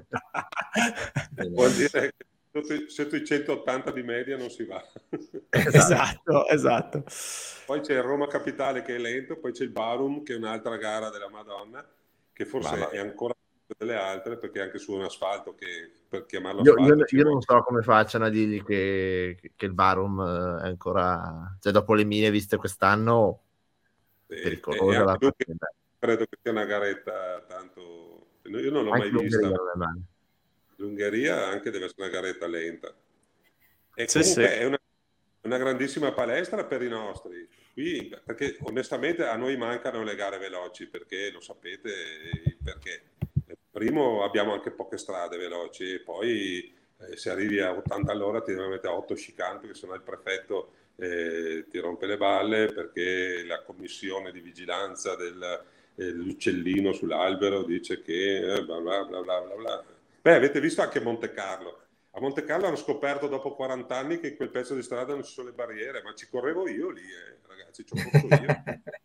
Vuol dire che sotto i centottanta di media non si va. Esatto, esatto. Poi c'è il Roma Capitale che è lento, poi c'è il Barum che è un'altra gara della Madonna, che forse Mamma. è ancora delle altre, perché anche su un asfalto, che per chiamarlo io, asfalto io, io non so come facciano a dirgli che, che il Barum è ancora, cioè dopo le mine viste quest'anno, sì, pericolosa la partita. Credo che sia una garetta tanto, io non l'ho anche mai vista. L'Ungheria, L'Ungheria anche deve essere una garetta lenta, e sì, comunque sì. è una, una grandissima palestra per i nostri qui, perché onestamente a noi mancano le gare veloci, perché lo sapete perché. Primo, abbiamo anche poche strade veloci, e poi eh, se arrivi a ottanta all'ora ti devi mettere a otto scicanti, che sennò il prefetto eh, ti rompe le balle, perché la commissione di vigilanza del eh, l'uccellino sull'albero dice che eh, bla bla bla bla bla. Beh, avete visto anche Monte Carlo. A Monte Carlo hanno scoperto dopo quaranta anni che in quel pezzo di strada non ci sono le barriere, ma ci correvo io lì, eh, ragazzi, ci ho corso io.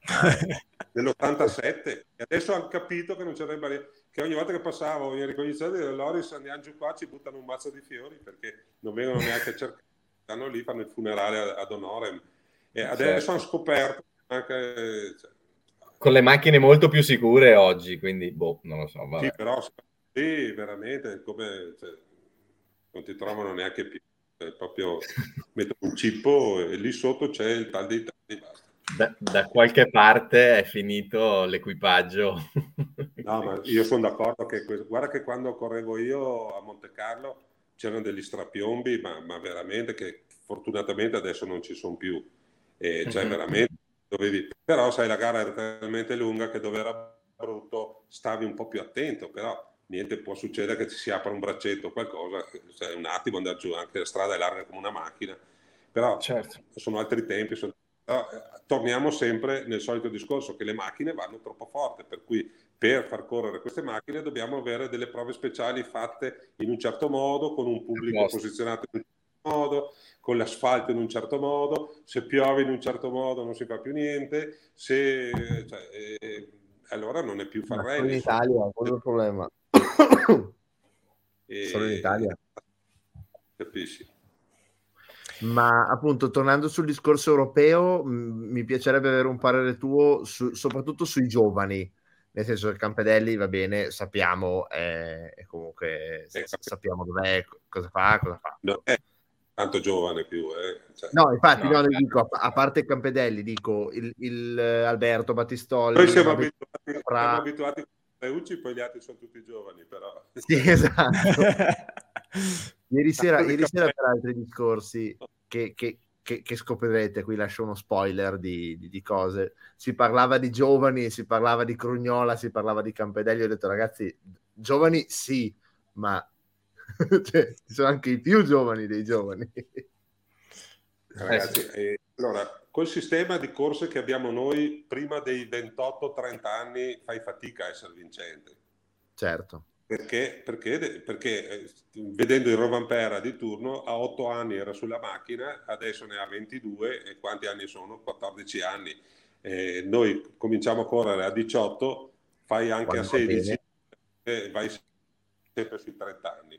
Nell'ottantasette, e adesso hanno capito che non c'erano le barriere, che ogni volta che passavo in ricognizione dell'Oris andiamo giù qua, ci buttano un mazzo di fiori, perché non vengono neanche a cercare, stanno lì, fanno il funerale ad honorem, e adesso certo. hanno scoperto anche, cioè, con le macchine molto più sicure oggi, quindi boh, non lo so, vabbè. Sì, però sì, veramente come, cioè, non ti trovano neanche più, cioè, proprio mettono un cippo e lì sotto c'è il tal dei tali, basta. Da, da qualche parte è finito l'equipaggio. No, ma io sono d'accordo che guarda che quando correvo io a Monte Carlo c'erano degli strapiombi, ma, ma veramente che fortunatamente adesso non ci sono più, e cioè mm-hmm. veramente dovevi, però sai, la gara era talmente lunga che dove era brutto stavi un po' più attento, però niente, può succedere che ci si apra un braccetto o qualcosa, cioè un attimo andare giù, anche la strada è larga come una macchina, però certo. sono altri tempi, sono... Però, eh, torniamo sempre nel solito discorso che le macchine vanno troppo forte, per cui per far correre queste macchine dobbiamo avere delle prove speciali fatte in un certo modo, con un pubblico posizionato in un certo modo, con l'asfalto in un certo modo, se piove in un certo modo non si fa più niente, se cioè, eh, allora non è più far rally. Solo in Italia, quello è il problema. E... Solo in Italia. Capisci? Ma appunto, tornando sul discorso europeo, mh, mi piacerebbe avere un parere tuo su, soprattutto sui giovani, nel senso che Campedelli va bene, sappiamo, è, è comunque eh, sappiamo dov'è, cosa fa, cosa fa. No, eh, tanto giovane più. Eh. Cioè, no, infatti, no, no, certo. dico, a parte Campedelli, dico il, il Alberto Battistolli. Noi siamo abituati, fra... siamo abituati a Peucci, poi gli altri sono tutti giovani, però. Sì, esatto. ieri sera, ieri sera per altri discorsi che, che, che, che scoprirete, qui lascio uno spoiler di, di, di cose, si parlava di giovani, si parlava di Crugnola, si parlava di Campedelli, ho detto ragazzi, giovani sì, ma cioè, sono anche i più giovani dei giovani. Ragazzi, eh, allora, col sistema di corse che abbiamo noi, prima dei ventotto trenta anni fai fatica a essere vincente. Certo. Perché, perché, perché eh, vedendo il Rovanpera di turno, a otto anni era sulla macchina, adesso ne ha ventidue, e quanti anni sono? quattordici anni. Eh, noi cominciamo a correre a diciotto, fai anche Quando a sedici e vai sempre sui trenta anni.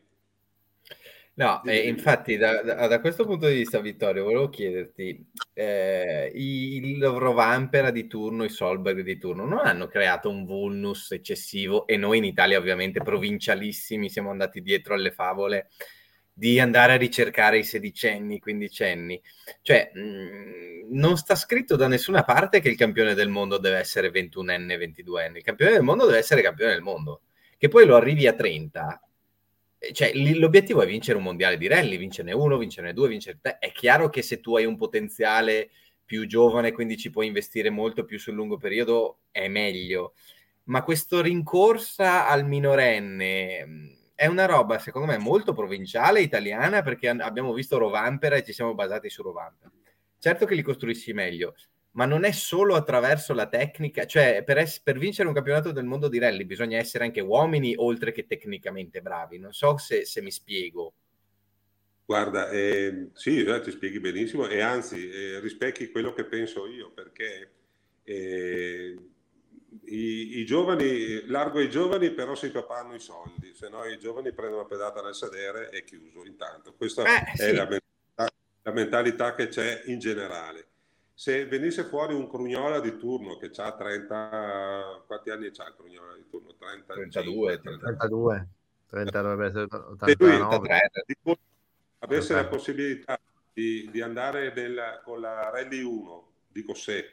No, eh, infatti da, da, da questo punto di vista, Vittorio, volevo chiederti, eh, il Rovanpera di turno, i Solberg di turno, non hanno creato un vulnus eccessivo, e noi in Italia ovviamente provincialissimi siamo andati dietro alle favole di andare a ricercare i sedicenni, quindicenni? Cioè, mh, non sta scritto da nessuna parte che il campione del mondo deve essere ventunenne, ventiduenne, il campione del mondo deve essere campione del mondo, che poi lo arrivi a trenta. Cioè, l'obiettivo è vincere un mondiale di rally, vincerne uno, vincerne due, vincerne tre. È chiaro che se tu hai un potenziale più giovane, quindi ci puoi investire molto più sul lungo periodo, è meglio. Ma questo rincorsa al minorenne è una roba, secondo me, molto provinciale, italiana, perché abbiamo visto Rovanpera e ci siamo basati su Rovanpera. Certo che li costruisci meglio, ma non è solo attraverso la tecnica, cioè per, es- per vincere un campionato del mondo di rally bisogna essere anche uomini oltre che tecnicamente bravi. Non so se, se mi spiego. Guarda, eh, sì, eh, ti spieghi benissimo, e anzi eh, rispecchi quello che penso io, perché eh, i, i giovani, largo ai giovani, però se i papà hanno i soldi, se no i giovani prendono una pedata nel sedere e chiuso intanto. Questa Eh, è sì. la mentalità, la mentalità che c'è in generale. Se venisse fuori un Crugnola di turno che ha trenta, quanti anni c'ha il Crugnola di turno? trentacinque, trentadue, trentanove, se lui ottantanove. avesse la possibilità di, di andare nel, con la Rally uno, dico se,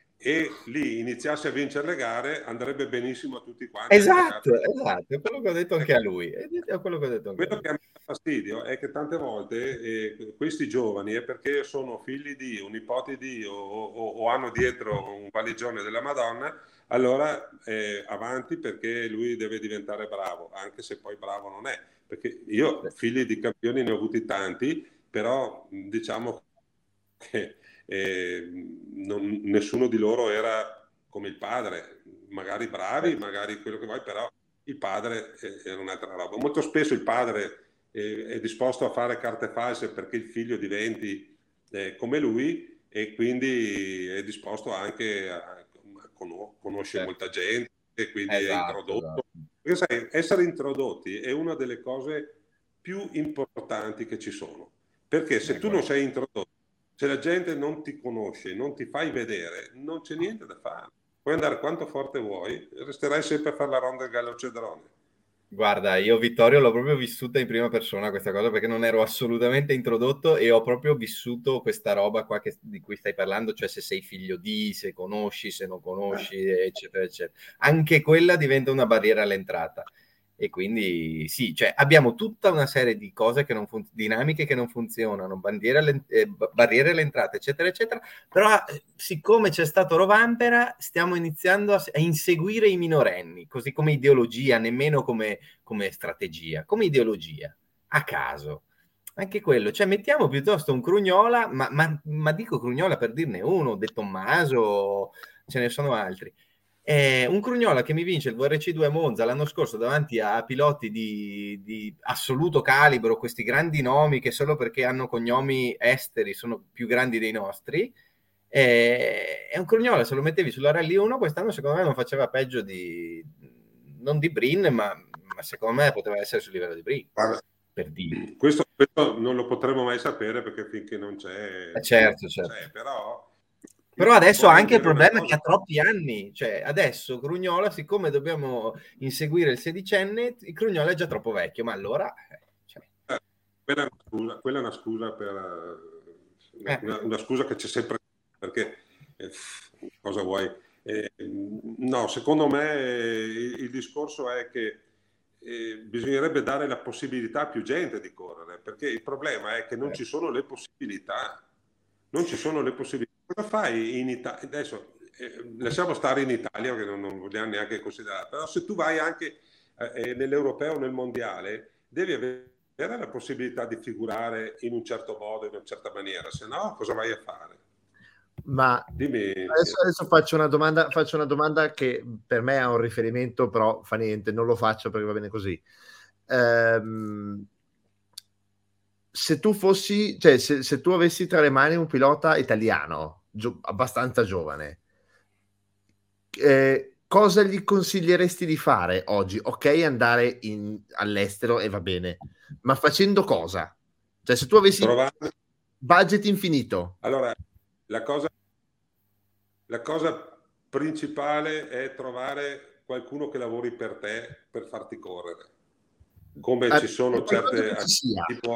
e lì iniziasse a vincere le gare, andrebbe benissimo a tutti quanti. Esatto, esatto, è quello che ho detto anche a lui. È quello che ho detto anche quello a lui. che a me dà fastidio è che tante volte eh, questi giovani è perché sono figli di, un nipote di, o, o, o hanno dietro un valigione della Madonna, allora eh, avanti, perché lui deve diventare bravo, anche se poi bravo non è. Perché io figli di campioni ne ho avuti tanti, però diciamo che eh, non, nessuno di loro era come il padre, magari bravi, magari quello che vuoi, però il padre era un'altra roba. Molto spesso il padre eh, è disposto a fare carte false perché il figlio diventi eh, come lui, e quindi è disposto anche a, a conoscere Certo. molta gente, e quindi Esatto, è introdotto. esatto. Perché sai, essere introdotti è una delle cose più importanti che ci sono, perché se tu non sei introdotto, se la gente non ti conosce, non ti fai vedere, non c'è niente da fare. Puoi andare quanto forte vuoi, resterai sempre a fare la ronda del Gallo Cedrone. Guarda, io Vittorio l'ho proprio vissuta in prima persona questa cosa, perché non ero assolutamente introdotto e ho proprio vissuto questa roba qua che, di cui stai parlando, cioè se sei figlio di, se conosci, se non conosci, eccetera, eccetera. Anche quella diventa una barriera all'entrata. E quindi sì, cioè abbiamo tutta una serie di cose che non fun- dinamiche che non funzionano, bandiere alle, eh, barriere all'entrata, eccetera, eccetera. Però eh, siccome c'è stato Rovanpera, stiamo iniziando a, a inseguire i minorenni, così come ideologia, nemmeno come, come strategia, come ideologia, a caso. Anche quello, cioè mettiamo piuttosto un Crugnola, ma, ma, ma dico Crugnola per dirne uno, De Tommaso, ce ne sono altri. Eh, un Crugnola che mi vince il V R C due a Monza l'anno scorso davanti a piloti di, di assoluto calibro, questi grandi nomi che solo perché hanno cognomi esteri sono più grandi dei nostri. Eh, è un Crugnola, se lo mettevi sulla Rally uno quest'anno secondo me non faceva peggio di, non di Brin, ma, ma secondo me poteva essere sul livello di Brin. Guarda, per dire. Questo, questo non lo potremo mai sapere, perché finché non c'è, Eh certo, certo. c'è, però Però adesso ha anche il problema cosa... che ha troppi anni, cioè adesso Crugnola, siccome dobbiamo inseguire il sedicenne, il Crugnola è già troppo vecchio, ma allora... Cioè... quella, è una scusa, quella è una scusa per una, una, una scusa che c'è sempre, perché eh, cosa vuoi? Eh, no, secondo me eh, il, il discorso è che eh, bisognerebbe dare la possibilità a più gente di correre, perché il problema è che non ci sono le possibilità, non ci sono le possibilità. Cosa fai in Italia? Adesso eh, lasciamo stare in Italia, che non, non vogliamo neanche considerare, però se tu vai anche eh, nell'europeo o nel mondiale, devi avere la possibilità di figurare in un certo modo, in una certa maniera, se no cosa vai a fare? Ma Dimmi. Adesso, adesso faccio una domanda, faccio una domanda che per me ha un riferimento, però fa niente, non lo faccio perché va bene così. Ehm, se tu fossi, cioè se, se tu avessi tra le mani un pilota italiano, gio- abbastanza giovane, eh, cosa gli consiglieresti di fare oggi? Ok, andare in, all'estero e va bene, ma facendo cosa? Cioè se tu avessi Trovare... budget infinito. Allora, la cosa, la cosa principale è trovare qualcuno che lavori per te per farti correre. Come Ah, ci sono certe... Ci tipo,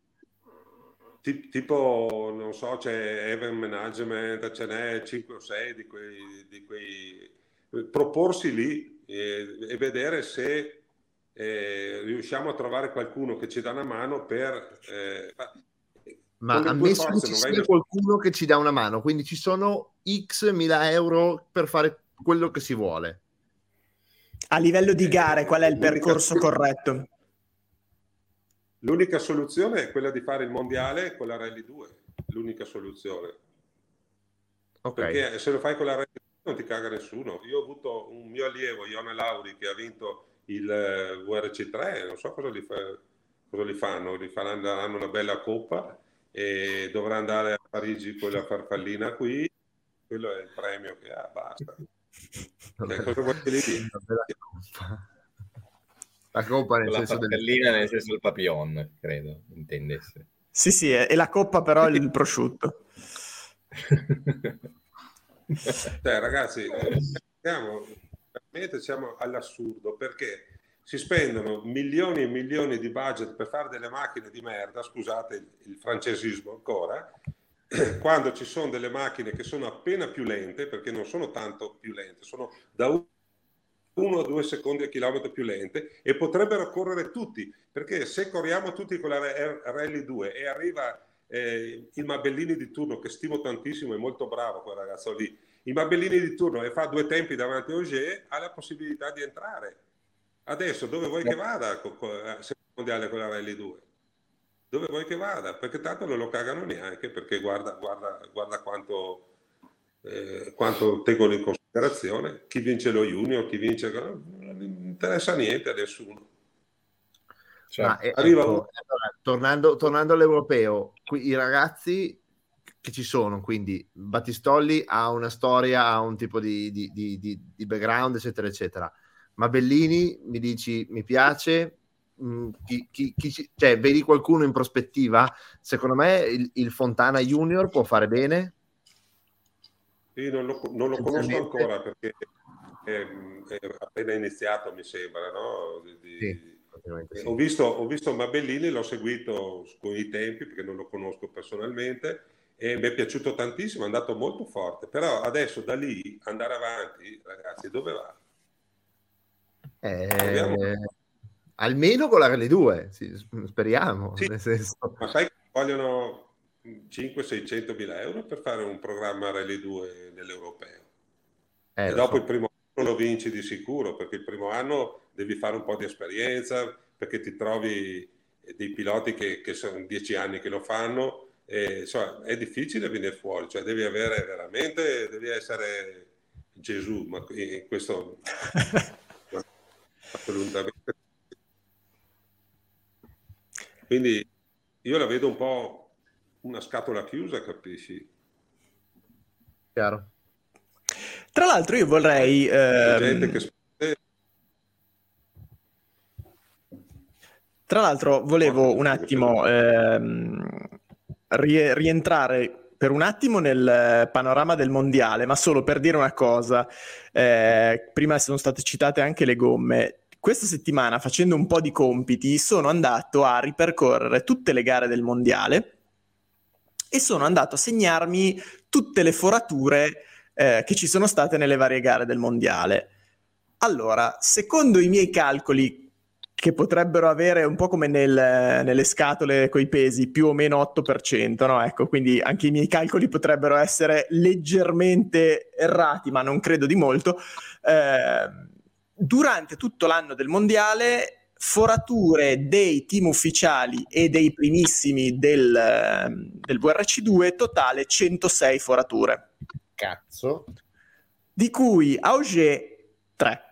tipo, non so, c'è Event Management, ce n'è cinque o sei di quei... Di quei proporsi lì e, e vedere se eh, riusciamo a trovare qualcuno che ci dà una mano per... Eh, ma ammesso che ci sia qualcuno che ci dà una mano, quindi ci sono x mila euro per fare quello che si vuole. A livello di gare, qual è il percorso corretto? L'unica soluzione è quella di fare il mondiale con la Rally due, l'unica soluzione. Okay. Perché se lo fai con la Rally due non ti caga nessuno. Io ho avuto un mio allievo, Ione Lauri, che ha vinto il V R C tre, non so cosa gli, fa, cosa gli fanno, gli faranno una bella coppa e dovrà andare a Parigi con la farfallina qui, quello è il premio che ha, basta. Cioè, cosa vuoi che gli dica? La coppa nel la senso farfallina del... nel senso del papillon, credo intendesse. Sì, sì, e la coppa però è il prosciutto. Cioè, ragazzi, siamo, veramente siamo all'assurdo, perché si spendono milioni e milioni di budget per fare delle macchine di merda, scusate il, il francesismo ancora, quando ci sono delle macchine che sono appena più lente, perché non sono tanto più lente, sono da uno o due secondi a chilometro più lente, e potrebbero correre tutti, perché se corriamo tutti con la Rally due e arriva eh, il Mabellini di turno, che stimo tantissimo, è molto bravo quel ragazzo lì, il Mabellini di turno, e fa due tempi davanti a Ogier, ha la possibilità di entrare. Adesso dove vuoi che vada con, con, se mondiale con la Rally due? Dove vuoi che vada? Perché tanto non lo cagano neanche, perché guarda, guarda, guarda quanto, eh, quanto tengono in considerazione. Chi vince lo junior, chi vince... non interessa niente a nessuno. Cioè, ma ecco, allora, tornando, tornando all'europeo, qui, i ragazzi che ci sono, quindi Battistolli ha una storia, ha un tipo di, di, di, di background, eccetera, eccetera. Ma Bellini, mi dici, mi piace... Chi, chi, chi, cioè, vedi qualcuno in prospettiva? Secondo me il, il Fontana Junior può fare bene. Io non lo, non lo conosco ancora, perché è, è appena iniziato, mi sembra, no? Di, sì, sì. Ho visto, ho visto Mabellini, l'ho seguito con i tempi perché non lo conosco personalmente e mi è piaciuto tantissimo, è andato molto forte, però adesso da lì andare avanti, ragazzi, dove va? Eh... Almeno con la Rally due, sì, speriamo. Sì, nel senso... ma sai che vogliono cinquecento seicento mila euro per fare un programma Rally due nell'europeo. Eh, e dopo so. Il primo anno lo vinci di sicuro, perché il primo anno devi fare un po' di esperienza, perché ti trovi dei piloti che, che sono dieci anni che lo fanno, e, insomma, è difficile venire fuori, cioè devi avere veramente, devi essere Gesù, ma in questo assolutamente. Quindi io la vedo un po' una scatola chiusa, capisci? Chiaro. Tra l'altro io vorrei... Ehm... gente che... Tra l'altro volevo un attimo ehm, rie- rientrare per un attimo nel panorama del mondiale, ma solo per dire una cosa. Eh, prima sono state citate anche le gomme. questa settimana, facendo un po' di compiti, sono andato a ripercorrere tutte le gare del mondiale e sono andato a segnarmi tutte le forature eh, che ci sono state nelle varie gare del mondiale. Allora, secondo i miei calcoli, che potrebbero avere un po' come nel, nelle scatole coi pesi, più o meno otto per cento, no? Ecco, quindi anche i miei calcoli potrebbero essere leggermente errati, ma non credo di molto. Eh, durante tutto l'anno del mondiale, forature dei team ufficiali e dei primissimi del, del V R C due, totale centosei forature. Cazzo. Di cui a Ogier tre.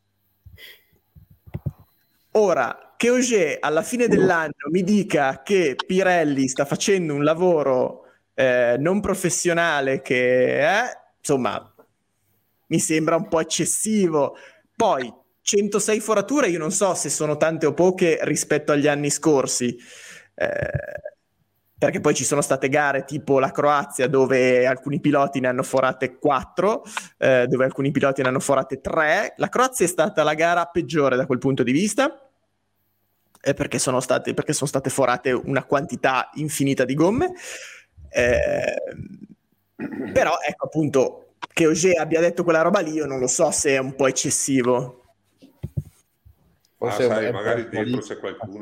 Ora, che Ogier alla fine dell'anno mi dica che Pirelli sta facendo un lavoro eh, non professionale, che è, insomma, mi sembra un po' eccessivo. Poi, centosei forature, io non so se sono tante o poche rispetto agli anni scorsi, eh, perché poi ci sono state gare tipo la Croazia dove alcuni piloti ne hanno forate quattro, eh, dove alcuni piloti ne hanno forate tre. La Croazia è stata la gara peggiore da quel punto di vista, eh, perché, sono state, perché sono state forate una quantità infinita di gomme. Eh, però ecco, appunto, che Ogier abbia detto quella roba lì, io non lo so se è un po' eccessivo. Forse ah, sai, magari dentro c'è qualcuno.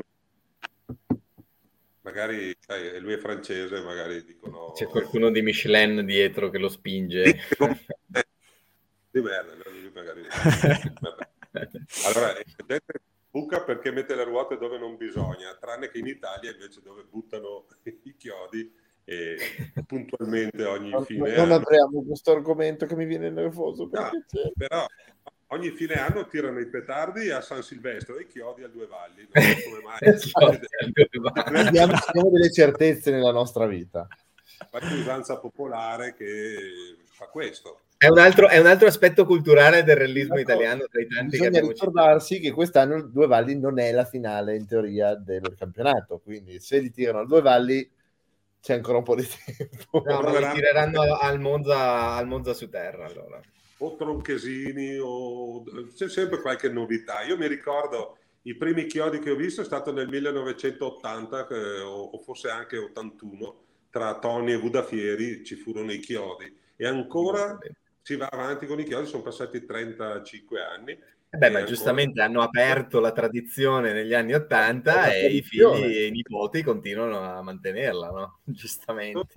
Magari, sai, lui è francese, magari dicono... C'è qualcuno di Michelin dietro che lo spinge. Di merda, lui magari... Allora, buca perché mette le ruote dove non bisogna, tranne che in Italia invece dove buttano i chiodi e puntualmente ogni non, fine non anno... apriamo questo argomento che mi viene nervoso. No, però... Ogni fine anno tirano i petardi a San Silvestro e i chiodi a Due Valli. Non so come mai. Abbiamo, abbiamo delle certezze nella nostra vita. Qualche usanza popolare che fa questo. È un altro, è un altro aspetto culturale del realismo italiano tra i tanti Bisogna che abbiamo ricordarsi citato. Che quest'anno il Due Valli non è la finale in teoria del campionato, quindi se li tirano al Due Valli c'è ancora un po' di tempo. No, ma li tireranno al Monza, al Monza su terra allora. O tronchesini, o c'è sempre qualche novità. Io mi ricordo i primi chiodi che ho visto è stato nel millenovecentottanta eh, o forse anche ottantuno, tra Toni e Budafieri ci furono i chiodi e ancora si va avanti con i chiodi, sono passati trentacinque anni. Eh beh, ma ancora... giustamente hanno aperto la tradizione negli anni ottanta e i figli e i nipoti continuano a mantenerla, no? Giustamente.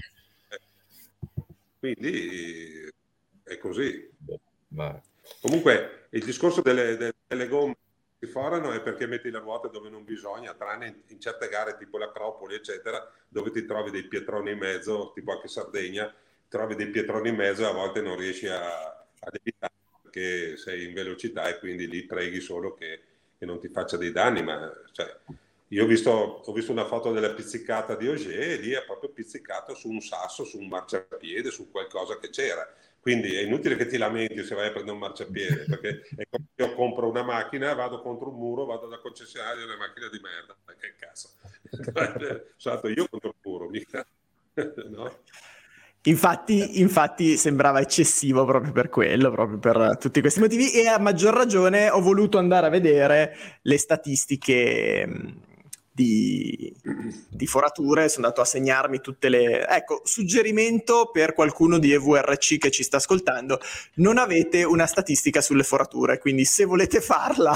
Quindi è così. Vai. Comunque il discorso delle, delle, delle gomme che si forano è perché metti le ruote dove non bisogna, tranne in, in certe gare tipo l'Acropoli eccetera, dove ti trovi dei pietroni in mezzo, tipo anche Sardegna, trovi dei pietroni in mezzo e a volte non riesci a, ad evitare perché sei in velocità e quindi lì preghi solo che, che non ti faccia dei danni. Ma cioè, io ho visto, ho visto una foto della pizzicata di Ogier e lì è proprio pizzicato su un sasso, su un marciapiede, su qualcosa che c'era. Quindi è inutile che ti lamenti se vai a prendere un marciapiede, perché è come io compro una macchina, vado contro un muro, vado da concessionario e una macchina di merda. Che cazzo? Sono stato io contro il muro, mica. No? Infatti, infatti sembrava eccessivo proprio per quello, proprio per tutti questi motivi, e a maggior ragione ho voluto andare a vedere le statistiche di, di forature, sono andato a segnarmi tutte le... Ecco, suggerimento per qualcuno di E V R C che ci sta ascoltando: non avete una statistica sulle forature, quindi se volete farla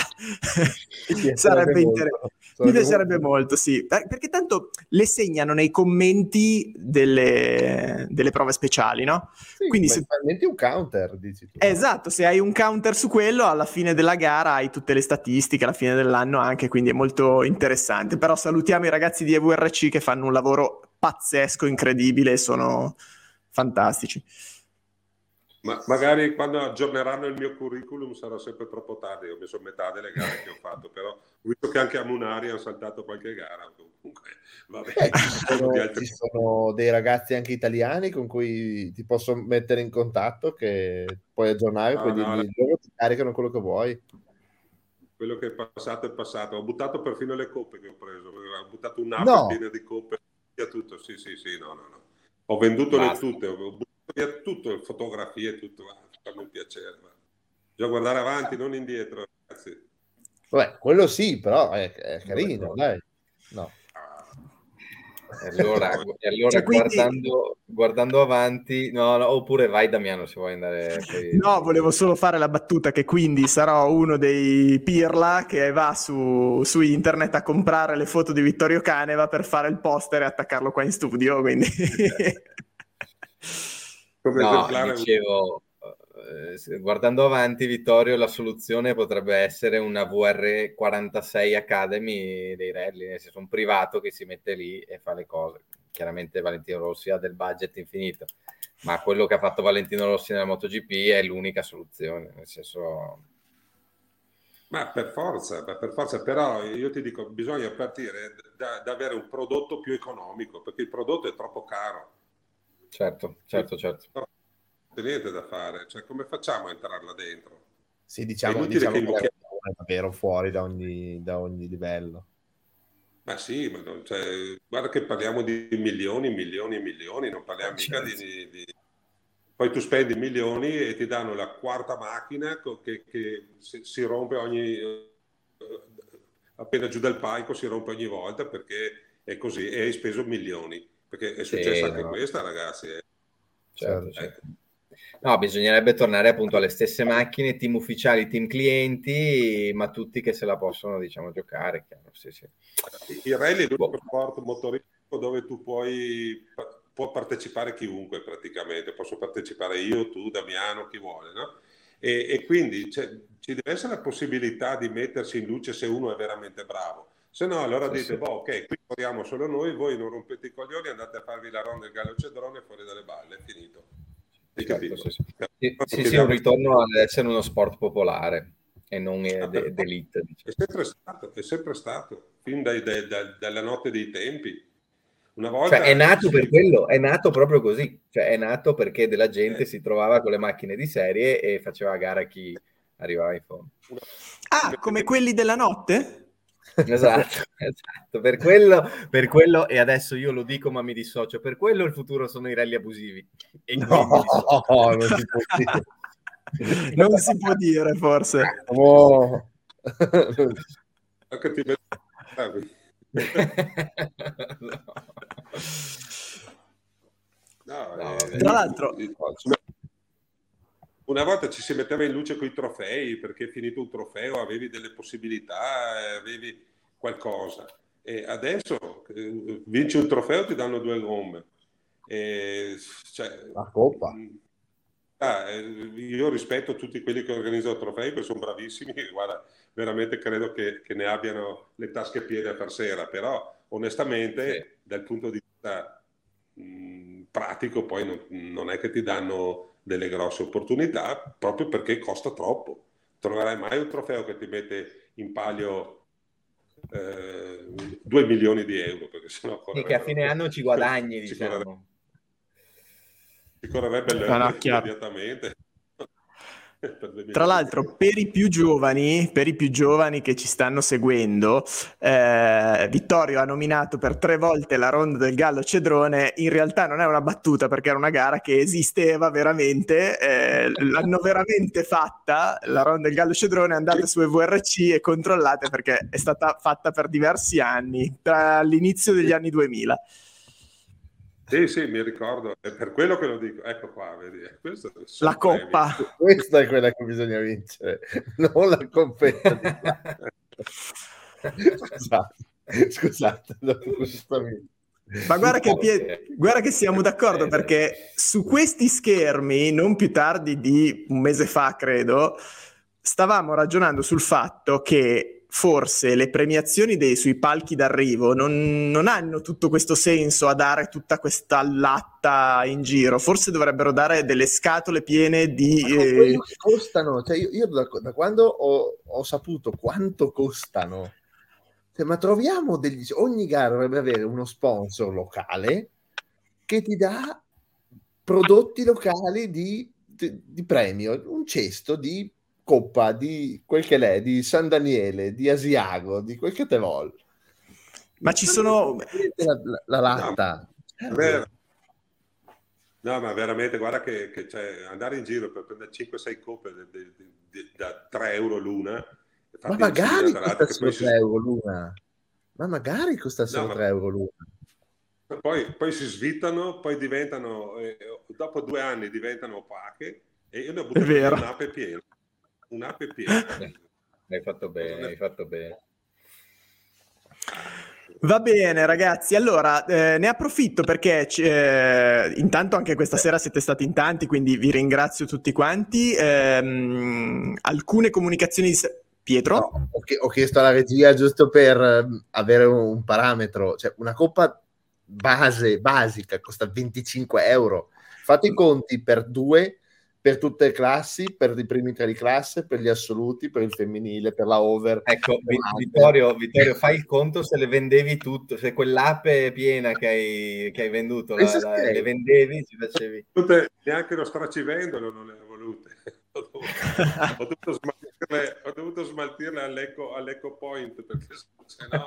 sarebbe interessante. Mi piacerebbe molto, sì, perché tanto le segnano nei commenti delle, delle prove speciali, no? Sì, quindi se metti un counter, dici tu. Esatto, se hai un counter su quello, alla fine della gara hai tutte le statistiche, alla fine dell'anno anche, quindi è molto interessante. Però salutiamo i ragazzi di E V R C che fanno un lavoro pazzesco, incredibile, sono fantastici. Ma magari quando aggiorneranno il mio curriculum sarà sempre troppo tardi, ho messo metà delle gare che ho fatto, però ho visto che anche a Munari hanno saltato qualche gara, comunque vabbè. Eh, ci, sono, altri... ci sono dei ragazzi anche italiani con cui ti posso mettere in contatto, che puoi aggiornare, no, poi no, dirgli, loro ti caricano quello che vuoi. Quello che è passato è passato, ho buttato perfino le coppe che ho preso, ho buttato un'app no. piena di coppe, tutto, sì sì sì, no no no, ho venduto Basta. le tutte, ho buttato via tutto, fotografie, tutto, fammi un piacere, va. Bisogna guardare avanti, non indietro, ragazzi. Vabbè, quello sì, però è, è carino, dai. No. E allora, e allora Cioè, quindi... guardando, guardando avanti, no, no, oppure vai Damiano se vuoi andare. Poi... No, volevo solo fare la battuta che quindi sarò uno dei pirla che va su, su internet a comprare le foto di Vittorio Caneva per fare il poster e attaccarlo qua in studio, quindi... Come No, esemplare... dicevo, eh, guardando avanti, Vittorio, la soluzione potrebbe essere una V R quarantasei Academy dei rally, nel senso un privato che si mette lì e fa le cose. Chiaramente Valentino Rossi ha del budget infinito, ma quello che ha fatto Valentino Rossi nella MotoGP è l'unica soluzione, nel senso... Ma per forza, ma per forza, però io ti dico, bisogna partire da, da avere un prodotto più economico, perché il prodotto è troppo caro. Certo, certo, certo. Non c'è niente da fare, cioè come facciamo a entrare là dentro? Sì, diciamo, diciamo che è davvero fuori da ogni, da ogni livello. Ma sì, ma non, cioè, guarda che parliamo di milioni, milioni e milioni, non parliamo certo. mica di, di... Poi tu spendi milioni e ti danno la quarta macchina che, che si, si rompe ogni... appena giù dal palco si rompe ogni volta perché è così e hai speso milioni, perché è successa sì, anche no. questa, ragazzi. Eh. Certo, certo. No, bisognerebbe tornare appunto alle stesse macchine, team ufficiali, team clienti, ma tutti che se la possono, diciamo, giocare. Chiaro. Sì, sì. Il rally è l'unico sport motoristico dove tu puoi può partecipare chiunque praticamente, posso partecipare io, tu, Damiano, chi vuole, no? E, e quindi cioè, ci deve essere la possibilità di mettersi in luce se uno è veramente bravo. Se no, allora sì, dite, sì. boh, ok, qui corriamo solo noi, voi non rompete i coglioni, andate a farvi la ronda del Gallo Cedrone fuori dalle balle, è finito. Certo, sì, sì. Sì, sì, sì, un ritorno ad essere uno sport popolare e non ah, de- d'elite. Diciamo. È sempre stato, è sempre stato, fin dai, dai, dai, dalla notte dei tempi. Una volta cioè, è nato sì. per quello, è nato proprio così, cioè è nato perché della gente eh. si trovava con le macchine di serie e faceva a gara chi arrivava in fondo. Ah, come quelli della notte? Esatto, esatto. Per quello, per quello, e adesso io lo dico ma mi dissocio, per quello il futuro sono i rally abusivi. E no, no, non si può dire. Non si può dire, forse. Oh. Anche ti no. No, no, eh, tra l'altro... Una volta ci si metteva in luce con i trofei, perché finito un trofeo avevi delle possibilità, avevi qualcosa. E adesso eh, vinci un trofeo, ti danno due gomme. E, cioè, la coppa. Ah, io rispetto tutti quelli che organizzano trofei perché sono bravissimi. Guarda, veramente credo che, che ne abbiano le tasche piene a far sera, però onestamente sì. Dal punto di vista mh, pratico poi non, non è che ti danno delle grosse opportunità proprio perché costa troppo. Troverai mai un trofeo che ti mette in palio eh, due milioni di euro, perché sennò e che a fine anno ci guadagni, ci diciamo correrebbe, ci correrebbe l'errore immediatamente. Tra l'altro, per i più giovani, per i più giovani che ci stanno seguendo, eh, Vittorio ha nominato per tre volte la ronda del Gallo Cedrone. In realtà non è una battuta, perché era una gara che esisteva veramente, eh, l'hanno veramente fatta. La ronda del Gallo Cedrone, andate su E V R C e controllate, perché è stata fatta per diversi anni, tra l'inizio degli anni duemila. Sì, sì, mi ricordo, è per quello che lo dico. Ecco qua, vedi. Questo la coppa. Premi. Questa è quella che bisogna vincere, non la coppetta di Scusate, scusate, ma guarda che, Piet- guarda che siamo d'accordo, perché su questi schermi, non più tardi di un mese fa, credo, stavamo ragionando sul fatto che forse le premiazioni dei, sui palchi d'arrivo non, non hanno tutto questo senso a dare tutta questa latta in giro. Forse dovrebbero dare delle scatole piene di... Ma eh... quello che costano, cioè io, io da, da quando ho, ho saputo quanto costano, cioè, ma troviamo degli... ogni gara dovrebbe avere uno sponsor locale che ti dà prodotti locali di, di, di premio, un cesto di coppa, di quel che l'è, di San Daniele, di Asiago, di quel che te vuoi. Ma ci sono... La, la, la latta. No, no, ma veramente, guarda che, che cioè, andare in giro per prendere cinque sei coppe de, de, de, de, da tre euro l'una Ma magari costassero tre euro l'una. Ma magari costassero no, tre euro l'una. Poi, poi si svittano, poi diventano, eh, dopo due anni diventano opache e io ne ho buttato via un'ape piena. Un'ape piena. Hai fatto bene, hai fatto bene. Va bene ragazzi, allora eh, ne approfitto perché eh, intanto anche questa sera siete stati in tanti, quindi vi ringrazio tutti quanti. Ehm, alcune comunicazioni di... Pietro? No, ho, ch- ho chiesto alla regia giusto per um, avere un, un parametro, cioè una coppa base, basica, costa venticinque euro. Fate i conti per due, per tutte le classi, per i primi tre di classe, per gli assoluti, per il femminile, per la over. Ecco, Vittorio, Vittorio, fai il conto se le vendevi tutto, se quell'ape piena che hai, che hai venduto, la, la, le vendevi, ci facevi... Tutte, neanche lo stracivendolo non le ho volute. Ho dovuto, ho dovuto smaltirle, ho dovuto smaltirle all'eco, all'eco point perché se no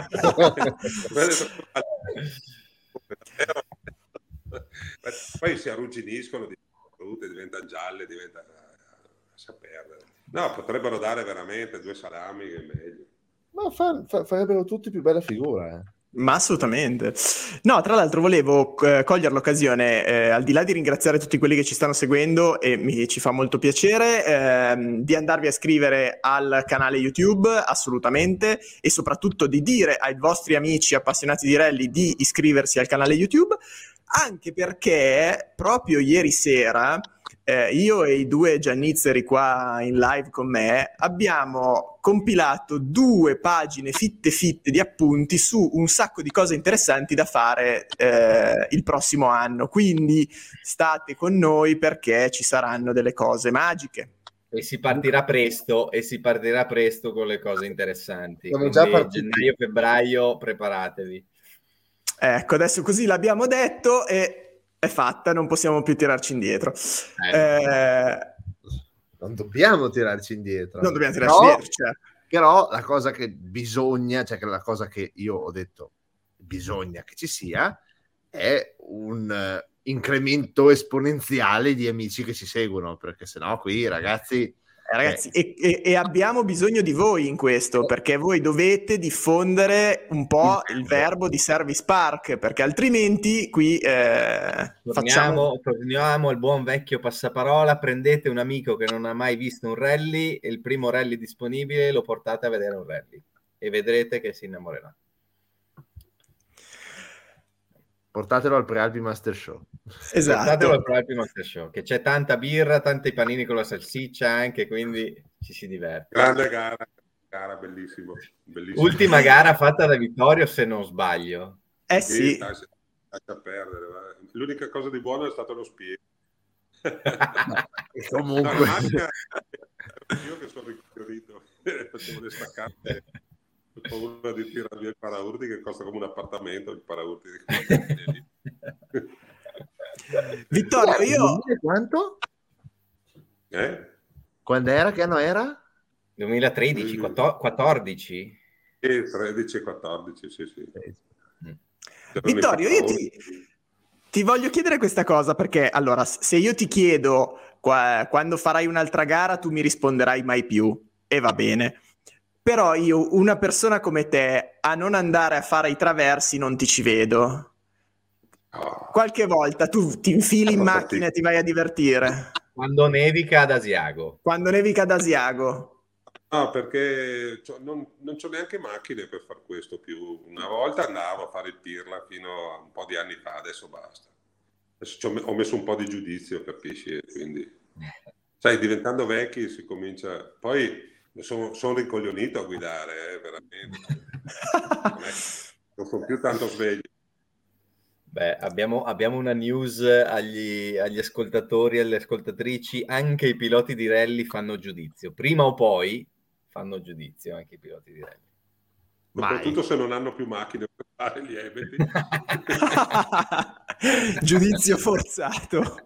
poi si arrugginiscono, diventano gialle, diventa lascia perdere. No, potrebbero dare veramente due salami che è meglio. Ma fa, fa, farebbero tutti più bella figura, eh. Ma assolutamente. No, tra l'altro volevo eh, cogliere l'occasione, eh, al di là di ringraziare tutti quelli che ci stanno seguendo, e mi ci fa molto piacere, ehm, di andarvi a iscrivere al canale YouTube, assolutamente, e soprattutto di dire ai vostri amici appassionati di rally di iscriversi al canale YouTube, anche perché proprio ieri sera eh, io e i due giannizzeri qua in live con me abbiamo compilato due pagine fitte fitte di appunti su un sacco di cose interessanti da fare eh, il prossimo anno, quindi state con noi perché ci saranno delle cose magiche. E si partirà presto, e si partirà presto con le cose interessanti. Siamo quindi già partiti. Gennaio, febbraio, preparatevi. Ecco, adesso così l'abbiamo detto e è fatta, non possiamo più tirarci indietro. Eh, eh, non dobbiamo tirarci indietro. Non dobbiamo tirarci però, indietro, certo. Però la cosa che bisogna, cioè che la cosa che io ho detto bisogna che ci sia, è un uh, incremento esponenziale di amici che ci seguono, perché sennò qui ragazzi... Eh, ragazzi, eh. e, e, e abbiamo bisogno di voi in questo, perché voi dovete diffondere un po' il verbo di Service Park, perché altrimenti qui eh, torniamo, facciamo... torniamo al buon vecchio passaparola, prendete un amico che non ha mai visto un rally e il primo rally disponibile lo portate a vedere un rally e vedrete che si innamorerà. Portatelo al Prealpi Master Show. Esatto. Portatelo al Prealpi Master Show, che c'è tanta birra, tanti panini con la salsiccia anche, quindi ci si diverte. Grande gara, gara bellissimo, bellissimo. Ultima gara fatta da Vittorio, se non sbaglio. Eh sì. Lascia, lascia perdere. Va. L'unica cosa di buono è stato lo spiego. Comunque. No, macchina, io che sono ricorrito, facevo le staccate. Ho paura di tirare via il paraurti che costa come un appartamento il paraurti di Vittorio, io quanto? Eh? Quando era? Che anno era? duemilatredici, quattordici? Eh, tredici e quattordici, sì, sì. Mm. Vittorio, io ti, ti voglio chiedere questa cosa perché, allora, se io ti chiedo qua, quando farai un'altra gara tu mi risponderai mai più, e va bene. Però io, una persona come te, a non andare a fare i traversi non ti ci vedo. Oh. Qualche volta tu ti infili in macchina e ti vai a divertire. Quando nevica ad Asiago. Quando nevica ad Asiago. No, perché cioè, non, non c'ho neanche macchine per far questo più. Una volta andavo a fare il pirla fino a un po' di anni fa, adesso basta. Adesso ho messo un po' di giudizio, capisci? Quindi, sai, diventando vecchi si comincia... Poi... Sono, sono ricoglionito a guidare, eh, veramente. Non, è, non sono più tanto sveglio. Beh, abbiamo, abbiamo una news agli, agli ascoltatori e alle ascoltatrici. Anche i piloti di rally fanno giudizio. Prima o poi fanno giudizio anche i piloti di rally. Soprattutto se non hanno più macchine per fare gli eventi. Giudizio forzato.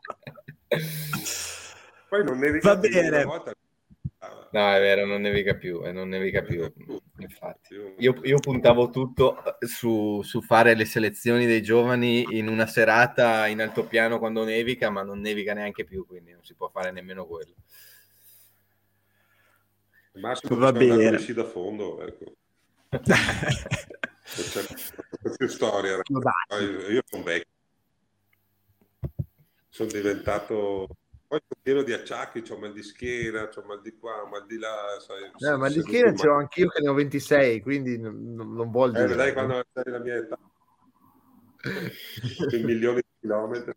Poi non nevica Va più bene. una volta. No, è vero, non nevica più, eh, non nevica più. Infatti, io, io puntavo tutto su, su fare le selezioni dei giovani in una serata in altopiano quando nevica, ma non nevica neanche più, quindi non si può fare nemmeno quello. Al massimo Va possiamo andare bene. con i sci da fondo, ecco. Non c'è, non c'è più storia. No, dai. Io, io sono vecchio. Sono diventato... Poi sono pieno di acciacchi, c'ho mal di schiena, c'ho mal di qua, mal di là. Sai, No, ma di seduti schiena in ce l'ho anch'io che ne ho ventisei, quindi non, non vuol Eh, dire. vedrai quando sei la mia età, in milioni di chilometri.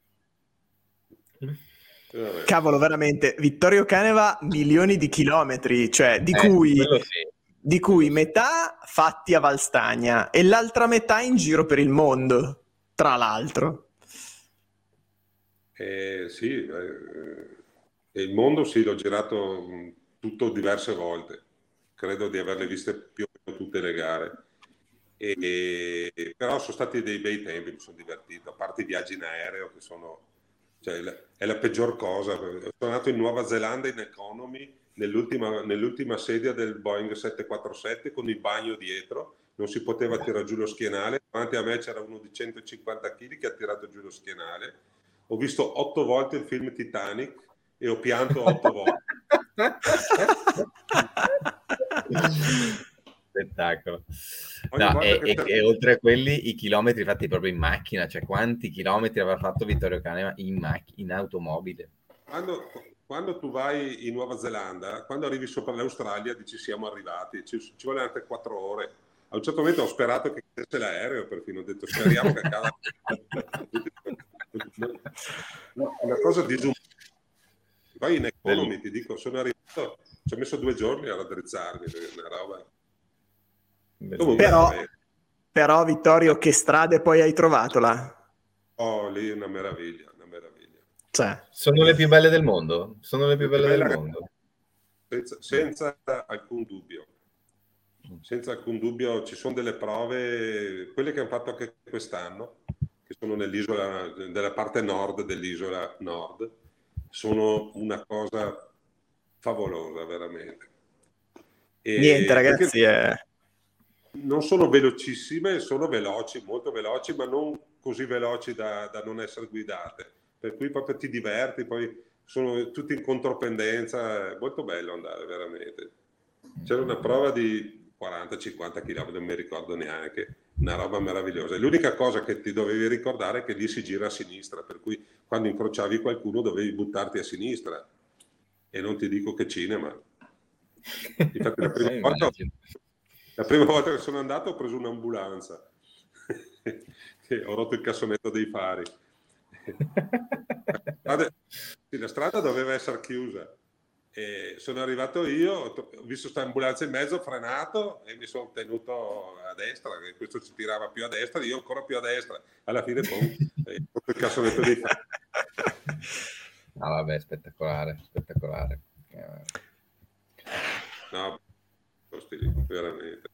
Eh, vabbè. Cavolo, veramente, Vittorio Caneva, milioni di chilometri, cioè di Eh, cui, quello sì. di cui metà fatti a Valstagna e l'altra metà in giro per il mondo, tra l'altro. Eh, sì, eh, e il mondo sì, l'ho girato mh, tutto diverse volte. Credo di averle viste più o meno tutte le gare. E, e- però sono stati dei bei tempi, mi sono divertito, a parte i viaggi in aereo che sono, cioè, la- è la peggior cosa. Sono andato in Nuova Zelanda in economy nell'ultima, nell'ultima sedia del Boeing sette quattro sette con il bagno dietro, non si poteva tirare giù lo schienale, davanti a me c'era uno di centocinquanta chili che ha tirato giù lo schienale. Ho visto otto volte il film Titanic e ho pianto otto volte. Spettacolo. Ogni No, volta e, che e- c'è- e oltre a quelli, i chilometri fatti proprio in macchina, cioè quanti chilometri avrà fatto Vittorio Caneva in, mac- in automobile? Quando, quando tu vai in Nuova Zelanda, quando arrivi sopra l'Australia, dici siamo arrivati, ci, ci vuole anche quattro ore. A un certo momento ho sperato che cadesse l'aereo, perfino ho detto speriamo che cada... Una cosa disumana. Poi in economy ti dico, sono arrivato, ci ho messo due giorni a raddrizzarmi, una roba. Comunque, Però, vabbè. però, Vittorio, che strade poi hai trovato là? Oh, lì una meraviglia, una meraviglia. Cioè, Sono le più belle del mondo? Sono le più Le più belle del belle- mondo? Senza, senza alcun dubbio. Senza alcun dubbio ci sono delle prove, quelle che hanno fatto anche quest'anno, che sono nell'isola, della parte nord dell'isola nord, sono una cosa favolosa, veramente. E niente, perché ragazzi, è... non sono velocissime, sono veloci, molto veloci, ma non così veloci da, da non essere guidate. Per cui proprio ti diverti, poi sono tutti in contropendenza, è molto bello andare, veramente. C'era una prova di quaranta cinquanta chilometri, non mi ricordo neanche, una roba meravigliosa. L'unica cosa che ti dovevi ricordare è che lì si gira a sinistra, per cui quando incrociavi qualcuno dovevi buttarti a sinistra. E non ti dico che cinema. Infatti la prima Eh, volta... immagino. La prima volta che sono andato ho preso un'ambulanza, che ho rotto il cassonetto dei fari. La strada, sì, la strada doveva essere chiusa. E sono arrivato io, ho to- ho visto questa ambulanza in mezzo, ho frenato e mi sono tenuto a destra, che questo ci tirava più a destra, io ancora più a destra. Alla fine, boh, ho rotto il cassonetto dei fari. No, vabbè, spettacolare, spettacolare. Eh, No, posti lì, veramente.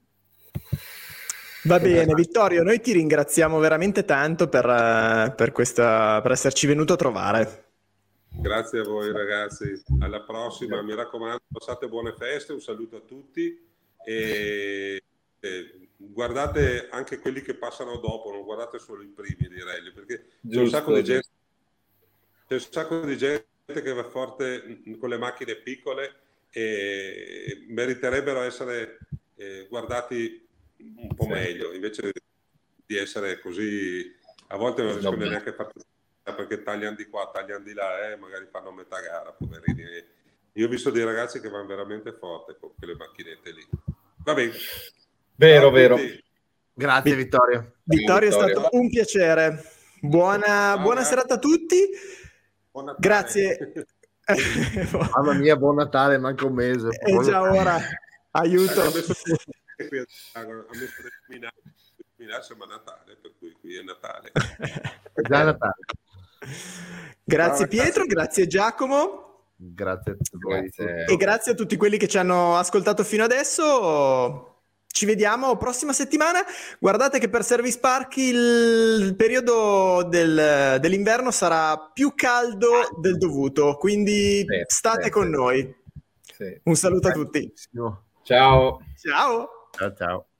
Va bene, Vittorio, noi ti ringraziamo veramente tanto per, eh, per, questa, per esserci venuto a trovare. Grazie a voi ragazzi, alla prossima, mi raccomando, passate buone feste, un saluto a tutti e, e guardate anche quelli che passano dopo, non guardate solo i primi di rally, perché c'è un Giusto, sacco di giusto. gente, c'è un sacco di gente che va forte con le macchine piccole e meriterebbero essere eh, guardati un po' Sì. meglio, invece di essere così, a volte non riescono Vabbè. neanche a fare perché tagliano di qua, tagliano di là, eh, magari fanno metà gara, poverini. Io ho visto dei ragazzi che vanno veramente forte con quelle macchinette lì. Va bene. Vero, Ciao a vero. tutti. Grazie Vi- Vittorio. Vittorio, è Vittorio. stato un piacere. Buona, Ciao, buona ragazzi. serata a tutti. Buon Natale. Grazie. Mamma mia, buon Natale, manca un mese. È Buon già Natale. ora. Aiuto. Ha messo, qui a- ha messo le luminari, le luminari, sembra Natale, per cui qui è Natale. È già Natale. Grazie Ciao, Pietro, ragazzi. grazie Giacomo Grazie a voi. Grazie. e grazie a tutti quelli che ci hanno ascoltato fino adesso. Ci vediamo prossima settimana. Guardate che per Service Park il periodo del- dell'inverno sarà più caldo del dovuto, quindi Sì, state sì, con sì. noi. Sì. Un saluto a tutti. Ciao Ciao. Ciao. ciao.